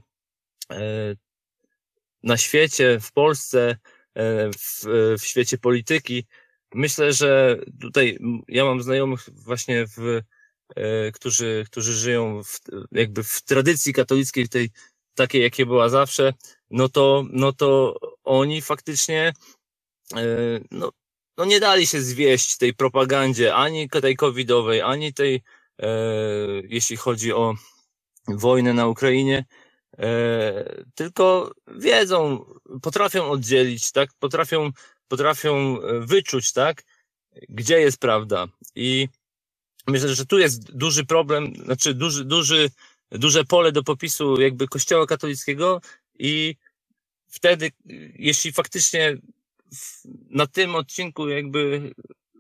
na świecie, w Polsce, w, w świecie polityki. Myślę, że tutaj ja mam znajomych właśnie, w, którzy, którzy żyją w, jakby w tradycji katolickiej, tej takiej, jakie była zawsze, no to, no to oni faktycznie no, no nie dali się zwieść tej propagandzie, ani tej covidowej, ani tej, jeśli chodzi o wojnę na Ukrainie, E, tylko wiedzą, potrafią oddzielić, tak? Potrafią, potrafią wyczuć, tak? Gdzie jest prawda. I myślę, że tu jest duży problem, znaczy duży, duży, duże pole do popisu jakby Kościoła katolickiego i wtedy, jeśli faktycznie w, na tym odcinku jakby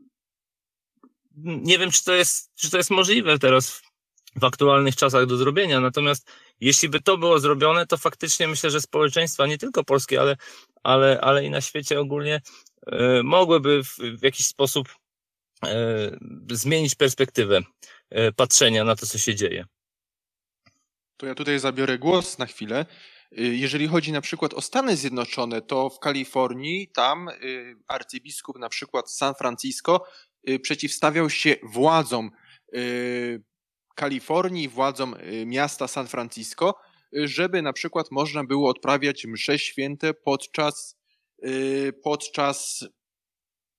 nie wiem, czy to jest, czy to jest możliwe teraz w, w aktualnych czasach do zrobienia, natomiast jeśli by to było zrobione, to faktycznie myślę, że społeczeństwa, nie tylko polskie, ale, ale, ale i na świecie ogólnie e, mogłyby w, w jakiś sposób e, zmienić perspektywę e, patrzenia na to, co się dzieje. To ja tutaj zabiorę głos na chwilę. Jeżeli chodzi na przykład o Stany Zjednoczone, to w Kalifornii tam y, arcybiskup na przykład San Francisco y, przeciwstawiał się władzom y, Kalifornii, władzom y, miasta San Francisco, y, żeby na przykład można było odprawiać msze święte podczas, y, podczas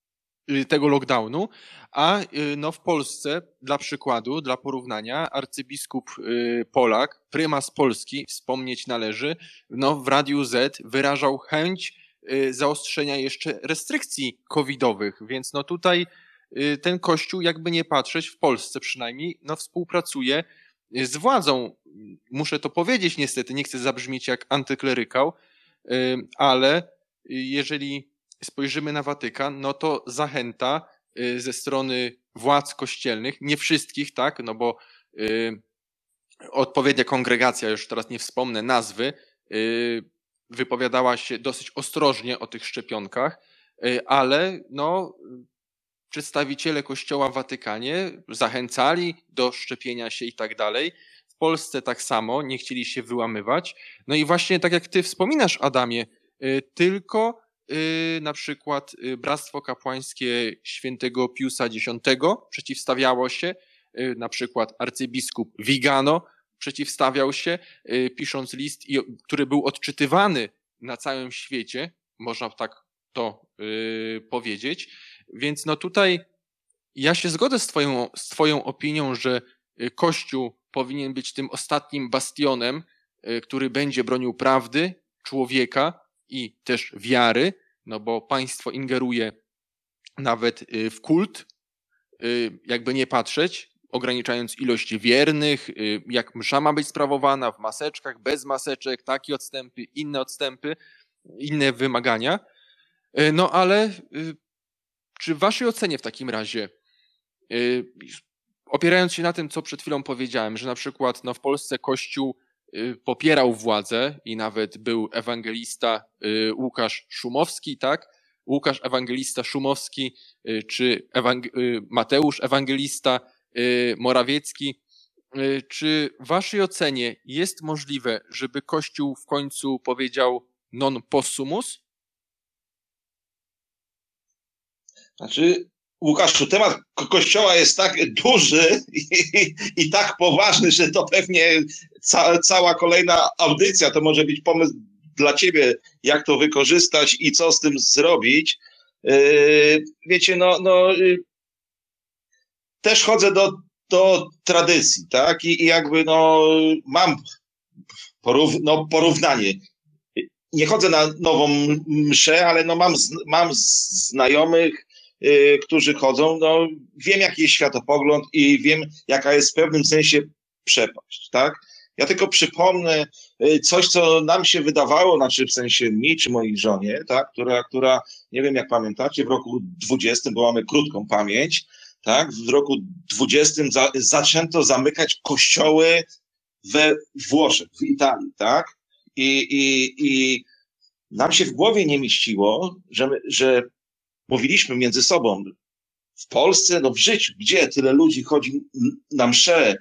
tego lockdownu, a no w Polsce, dla przykładu, dla porównania, arcybiskup Polak, prymas Polski, wspomnieć należy, no w Radiu Z wyrażał chęć zaostrzenia jeszcze restrykcji covidowych, więc no tutaj ten kościół, jakby nie patrzeć, w Polsce przynajmniej, no współpracuje z władzą. Muszę to powiedzieć niestety, nie chcę zabrzmieć jak antyklerykał, ale jeżeli spojrzymy na Watykan, no to zachęta ze strony władz kościelnych, nie wszystkich, tak, no bo y, odpowiednia kongregacja, już teraz nie wspomnę nazwy, y, wypowiadała się dosyć ostrożnie o tych szczepionkach, y, ale no przedstawiciele Kościoła w Watykanie zachęcali do szczepienia się i tak dalej. W Polsce tak samo, nie chcieli się wyłamywać. No i właśnie tak jak ty wspominasz, Adamie, y, tylko na przykład Bractwo Kapłańskie Świętego Piusa Dziesiątego przeciwstawiało się, na przykład arcybiskup Vigano przeciwstawiał się, pisząc list, który był odczytywany na całym świecie, można tak to powiedzieć. Więc no tutaj ja się zgodzę z twoją, z twoją opinią, że Kościół powinien być tym ostatnim bastionem, który będzie bronił prawdy, człowieka i też wiary, no bo państwo ingeruje nawet w kult, jakby nie patrzeć, ograniczając ilość wiernych, jak msza ma być sprawowana, w maseczkach, bez maseczek, takie odstępy, inne odstępy, inne wymagania. No ale czy w waszej ocenie w takim razie, opierając się na tym, co przed chwilą powiedziałem, że na przykład no, w Polsce Kościół popierał władzę i nawet był ewangelista Łukasz Szumowski, tak? Łukasz Ewangelista Szumowski czy Ewang- Mateusz Ewangelista Morawiecki. Czy w waszej ocenie jest możliwe, żeby Kościół w końcu powiedział non possumus? Znaczy, Łukaszu, temat ko- Kościoła jest tak duży i, i tak poważny, że to pewnie ca- cała kolejna audycja to może być pomysł dla ciebie, jak to wykorzystać i co z tym zrobić. Yy, wiecie, no, no yy, też chodzę do, do tradycji, tak? I, i jakby no mam porów- no, porównanie. Nie chodzę na nową mszę, ale no mam, z- mam znajomych, yy, którzy chodzą, no wiem jaki jest światopogląd i wiem jaka jest w pewnym sensie przepaść, tak? Ja tylko przypomnę yy, coś, co nam się wydawało, znaczy w sensie mi czy mojej żonie, tak? Która, która, nie wiem jak pamiętacie, w roku dwudziestym, bo mamy krótką pamięć, tak? W roku dwudziestym za, zaczęto zamykać kościoły we Włoszech, w Italii, tak? I, i, i nam się w głowie nie mieściło, że, my, że mówiliśmy między sobą, w Polsce, no w życiu, gdzie tyle ludzi chodzi na msze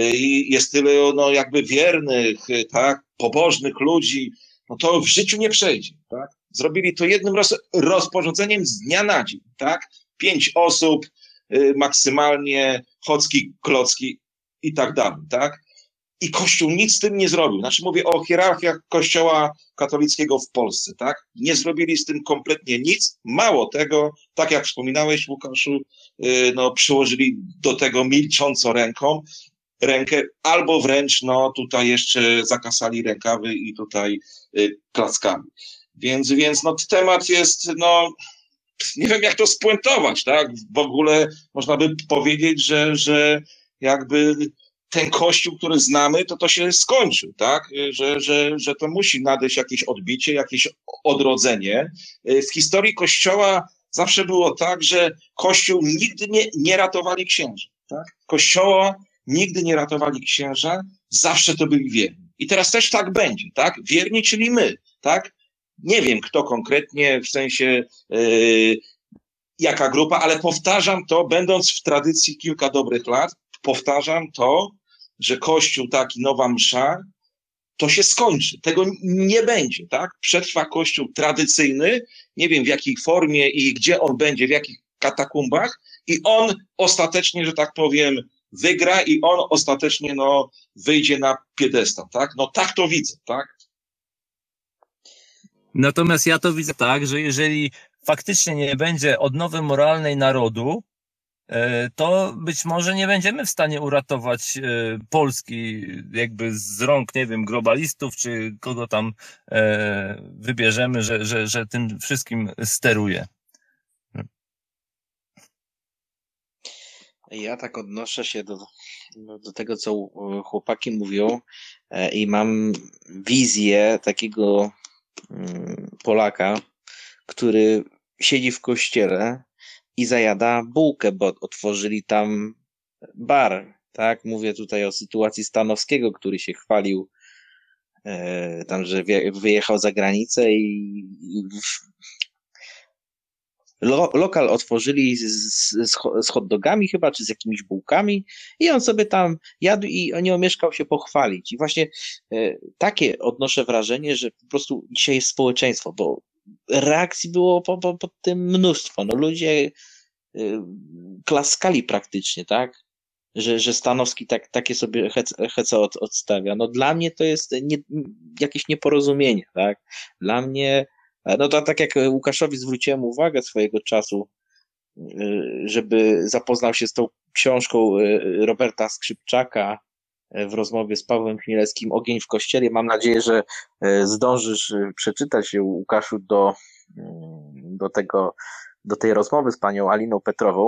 i jest tyle, no jakby wiernych, tak, pobożnych ludzi, no to w życiu nie przejdzie, tak. Zrobili to jednym roz, rozporządzeniem z dnia na dzień, tak. Pięć osób, y, maksymalnie, chocki, klocki i tak dalej, tak. I Kościół nic z tym nie zrobił. Znaczy mówię o hierarchiach Kościoła katolickiego w Polsce, tak? Nie zrobili z tym kompletnie nic. Mało tego, tak jak wspominałeś, Łukaszu, yy, no przyłożyli do tego milcząco ręką, rękę, albo wręcz, no tutaj jeszcze zakasali rękawy i tutaj yy, klaskami. Więc, więc no temat jest, no nie wiem jak to spuentować, tak? W ogóle można by powiedzieć, że, że jakby ten Kościół, który znamy, to to się skończył, tak? Że, że, że to musi nadejść jakieś odbicie, jakieś odrodzenie. W historii Kościoła zawsze było tak, że Kościół nigdy nie, nie ratowali księży, tak? Kościoła nigdy nie ratowali księża, zawsze to byli wierni. I teraz też tak będzie, tak? Wierni, czyli my, tak? Nie wiem, kto konkretnie, w sensie yy, jaka grupa, ale powtarzam to, będąc w tradycji kilka dobrych lat, powtarzam to, że Kościół taki, nowa msza, to się skończy. Tego nie będzie, tak? Przetrwa Kościół tradycyjny, nie wiem w jakiej formie i gdzie on będzie, w jakich katakumbach i on ostatecznie, że tak powiem, wygra i on ostatecznie, no, wyjdzie na piedestał, tak? No tak to widzę, tak? Natomiast ja to widzę tak, że jeżeli faktycznie nie będzie odnowy moralnej narodu, to być może nie będziemy w stanie uratować Polski jakby z rąk, nie wiem, globalistów, czy kogo tam wybierzemy, że, że, że tym wszystkim steruje. Ja tak odnoszę się do, do tego, co chłopaki mówią i mam wizję takiego Polaka, który siedzi w kościele i zajada bułkę, bo otworzyli tam bar, tak? Mówię tutaj o sytuacji Stanowskiego, który się chwalił e, tam, że wie, wyjechał za granicę i, i lo, lokal otworzyli z, z, z hot dogami chyba, czy z jakimiś bułkami i on sobie tam jadł i nie omieszkał się pochwalić. I właśnie e, takie odnoszę wrażenie, że po prostu dzisiaj jest społeczeństwo, bo reakcji było po, po, po tym mnóstwo. No ludzie y, klaskali praktycznie, tak? Że, że Stanowski tak, takie sobie hece, hece od, odstawia. No dla mnie to jest nie, jakieś nieporozumienie, tak? Dla mnie, no to tak jak Łukaszowi zwróciłem uwagę swojego czasu, y, żeby zapoznał się z tą książką y, Roberta Skrzypczaka w rozmowie z Pawłem Chmielewskim Ogień w kościele. Mam nadzieję, że zdążysz przeczytać, Łukaszu, do, do tego, do tej rozmowy z panią Aliną Petrową.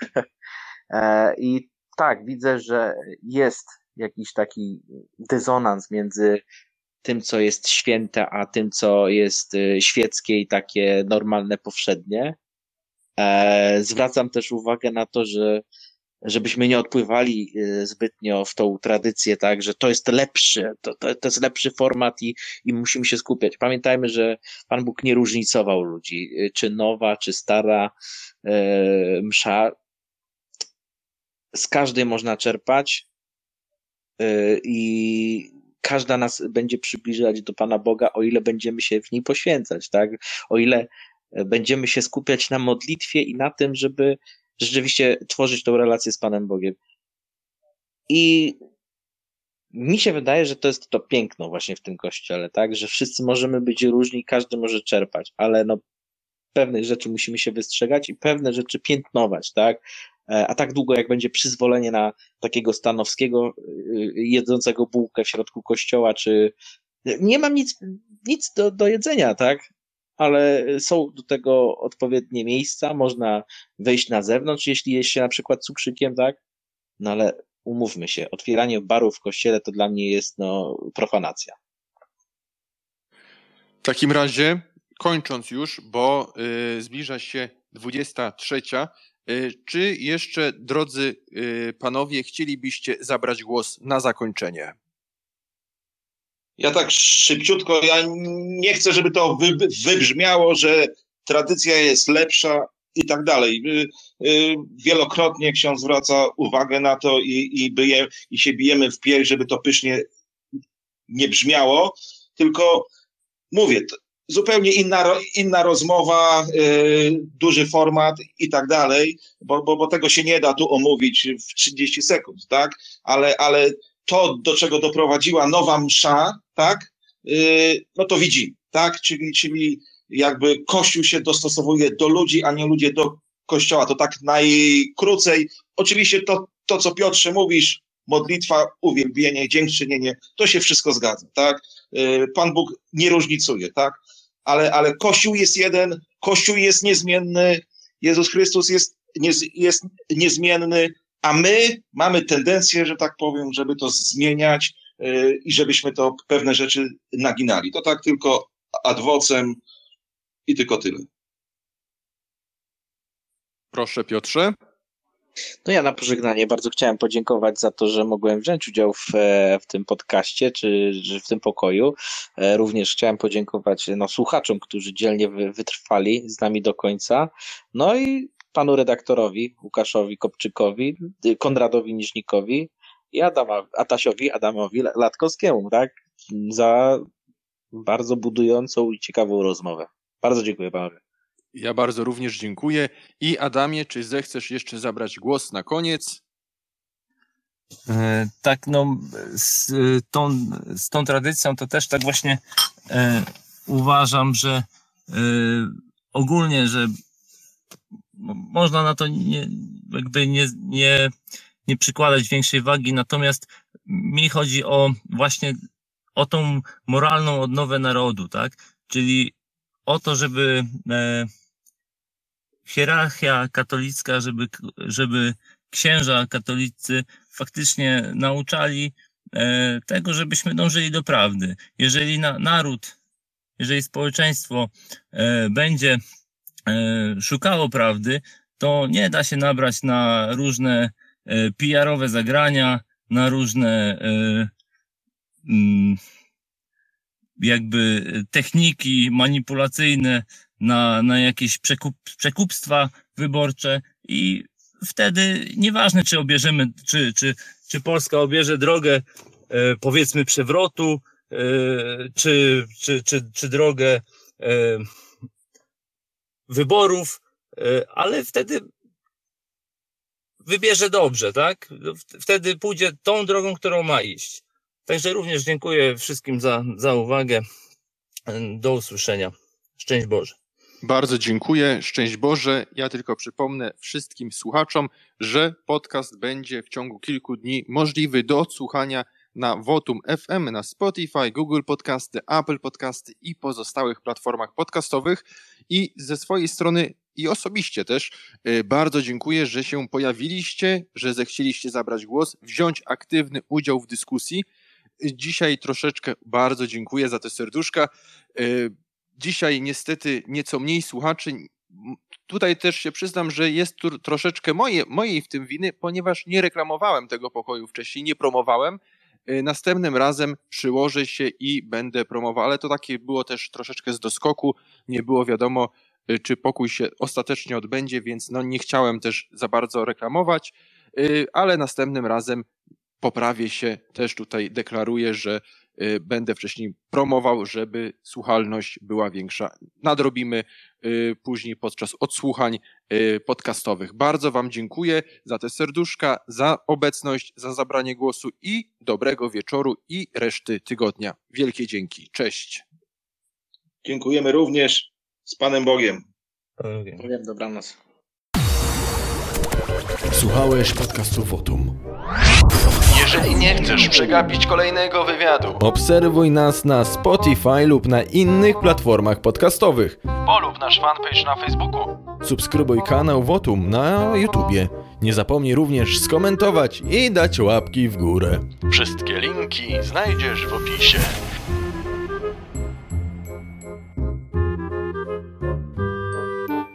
I tak, widzę, że jest jakiś taki dysonans między tym, co jest święte, a tym, co jest świeckie i takie normalne, powszednie. Zwracam też uwagę na to, że żebyśmy nie odpływali zbytnio w tą tradycję, tak, że to jest lepszy, to, to, to jest lepszy format i, i musimy się skupiać. Pamiętajmy, że Pan Bóg nie różnicował ludzi, czy nowa, czy stara e, msza. Z każdej można czerpać e, i każda nas będzie przybliżać do Pana Boga, o ile będziemy się w niej poświęcać, tak, o ile będziemy się skupiać na modlitwie i na tym, żeby rzeczywiście tworzyć tą relację z Panem Bogiem. I mi się wydaje, że to jest to piękno właśnie w tym kościele, tak, że wszyscy możemy być różni, każdy może czerpać, ale no pewnych rzeczy musimy się wystrzegać i pewne rzeczy piętnować, tak, a tak długo jak będzie przyzwolenie na takiego Stanowskiego jedzącego bułkę w środku kościoła, czy nie mam nic, nic do, do jedzenia, tak, ale są do tego odpowiednie miejsca, można wyjść na zewnątrz, jeśli jest się na przykład cukrzykiem, tak? No ale umówmy się, otwieranie barów w kościele to dla mnie jest no profanacja. W takim razie, kończąc już, bo y, zbliża się dwudziesta trzecia, y, czy jeszcze, drodzy y, panowie, chcielibyście zabrać głos na zakończenie? Ja tak szybciutko, ja nie chcę, żeby to wy, wybrzmiało, że tradycja jest lepsza i tak dalej. Wielokrotnie ksiądz zwraca uwagę na to i, i, byje, i się bijemy w pierś, żeby to pysznie nie brzmiało, tylko mówię, zupełnie inna, inna rozmowa, yy, duży format i tak dalej, bo, bo, bo tego się nie da tu omówić w trzydzieści sekund, tak? Ale, ale to, do czego doprowadziła nowa msza, tak? Yy, no to widzimy, tak? Czyli, czyli jakby Kościół się dostosowuje do ludzi, a nie ludzie do Kościoła. To tak najkrócej. Oczywiście to, to co Piotrze mówisz, modlitwa, uwielbienie, dziękczynienie, to się wszystko zgadza, tak? Yy, Pan Bóg nie różnicuje, tak? Ale, ale Kościół jest jeden, Kościół jest niezmienny, Jezus Chrystus jest, nie, jest niezmienny, a my mamy tendencję, że tak powiem, żeby to zmieniać yy, i żebyśmy to pewne rzeczy naginali. To tak tylko ad vocem i tylko tyle. Proszę, Piotrze. No ja na pożegnanie bardzo chciałem podziękować za to, że mogłem wziąć udział w, w tym podcaście, czy, czy w tym pokoju. Również chciałem podziękować no, słuchaczom, którzy dzielnie wytrwali z nami do końca. No i panu redaktorowi, Łukaszowi Kopczykowi, Konradowi Niżnikowi i Adama, Atasiowi, Adamowi Latkowskiemu, tak? Za bardzo budującą i ciekawą rozmowę. Bardzo dziękuję panowie. Ja bardzo również dziękuję. I Adamie, czy zechcesz jeszcze zabrać głos na koniec? E, tak, no z tą, z tą tradycją to też tak właśnie e, uważam, że e, ogólnie, że można na to nie, jakby nie, nie, nie przykładać większej wagi, natomiast mi chodzi o właśnie o tą moralną odnowę narodu, tak? Czyli o to, żeby e, hierarchia katolicka, żeby, żeby księża katolicy faktycznie nauczali e, tego, żebyśmy dążyli do prawdy. Jeżeli na, naród, jeżeli społeczeństwo e, będzie e, szukało prawdy, to nie da się nabrać na różne e, P R-owe zagrania, na różne e, mm, jakby techniki manipulacyjne, na, na jakieś przekup, przekupstwa wyborcze i wtedy nieważne, czy obierzemy, czy, czy, czy Polska obierze drogę e, powiedzmy przewrotu, e, czy, czy, czy, czy drogę e, wyborów, e, ale wtedy wybierze dobrze, tak? Wtedy pójdzie tą drogą, którą ma iść. Także również dziękuję wszystkim za, za uwagę. Do usłyszenia. Szczęść Boże. Bardzo dziękuję. Szczęść Boże. Ja tylko przypomnę wszystkim słuchaczom, że podcast będzie w ciągu kilku dni możliwy do odsłuchania na Votum F M, na Spotify, Google Podcasty, Apple Podcasty i pozostałych platformach podcastowych. I ze swojej strony i osobiście też bardzo dziękuję, że się pojawiliście, że zechcieliście zabrać głos, wziąć aktywny udział w dyskusji. Dzisiaj troszeczkę bardzo dziękuję za te serduszka. Dzisiaj niestety nieco mniej słuchaczy. Tutaj też się przyznam, że jest tu troszeczkę moje, mojej w tym winy, ponieważ nie reklamowałem tego pokoju wcześniej, nie promowałem. Następnym razem przyłożę się i będę promował, ale to takie było też troszeczkę z doskoku. Nie było wiadomo, czy pokój się ostatecznie odbędzie, więc no nie chciałem też za bardzo reklamować, ale następnym razem poprawię się, też tutaj deklaruję, że y, będę wcześniej promował, żeby słuchalność była większa. Nadrobimy y, później podczas odsłuchań y, podcastowych. Bardzo Wam dziękuję za te serduszka, za obecność, za zabranie głosu i dobrego wieczoru i reszty tygodnia. Wielkie dzięki. Cześć. Dziękujemy również. Z Panem Bogiem. Powiem dobranoc. Słuchałeś podcastu Votum. Jeżeli nie chcesz przegapić kolejnego wywiadu, Obserwuj nas na Spotify lub na innych platformach podcastowych. polub nasz fanpage na Facebooku. Subskrybuj kanał Votum na YouTubie. Nie zapomnij również skomentować i dać łapki w górę. Wszystkie linki znajdziesz w opisie.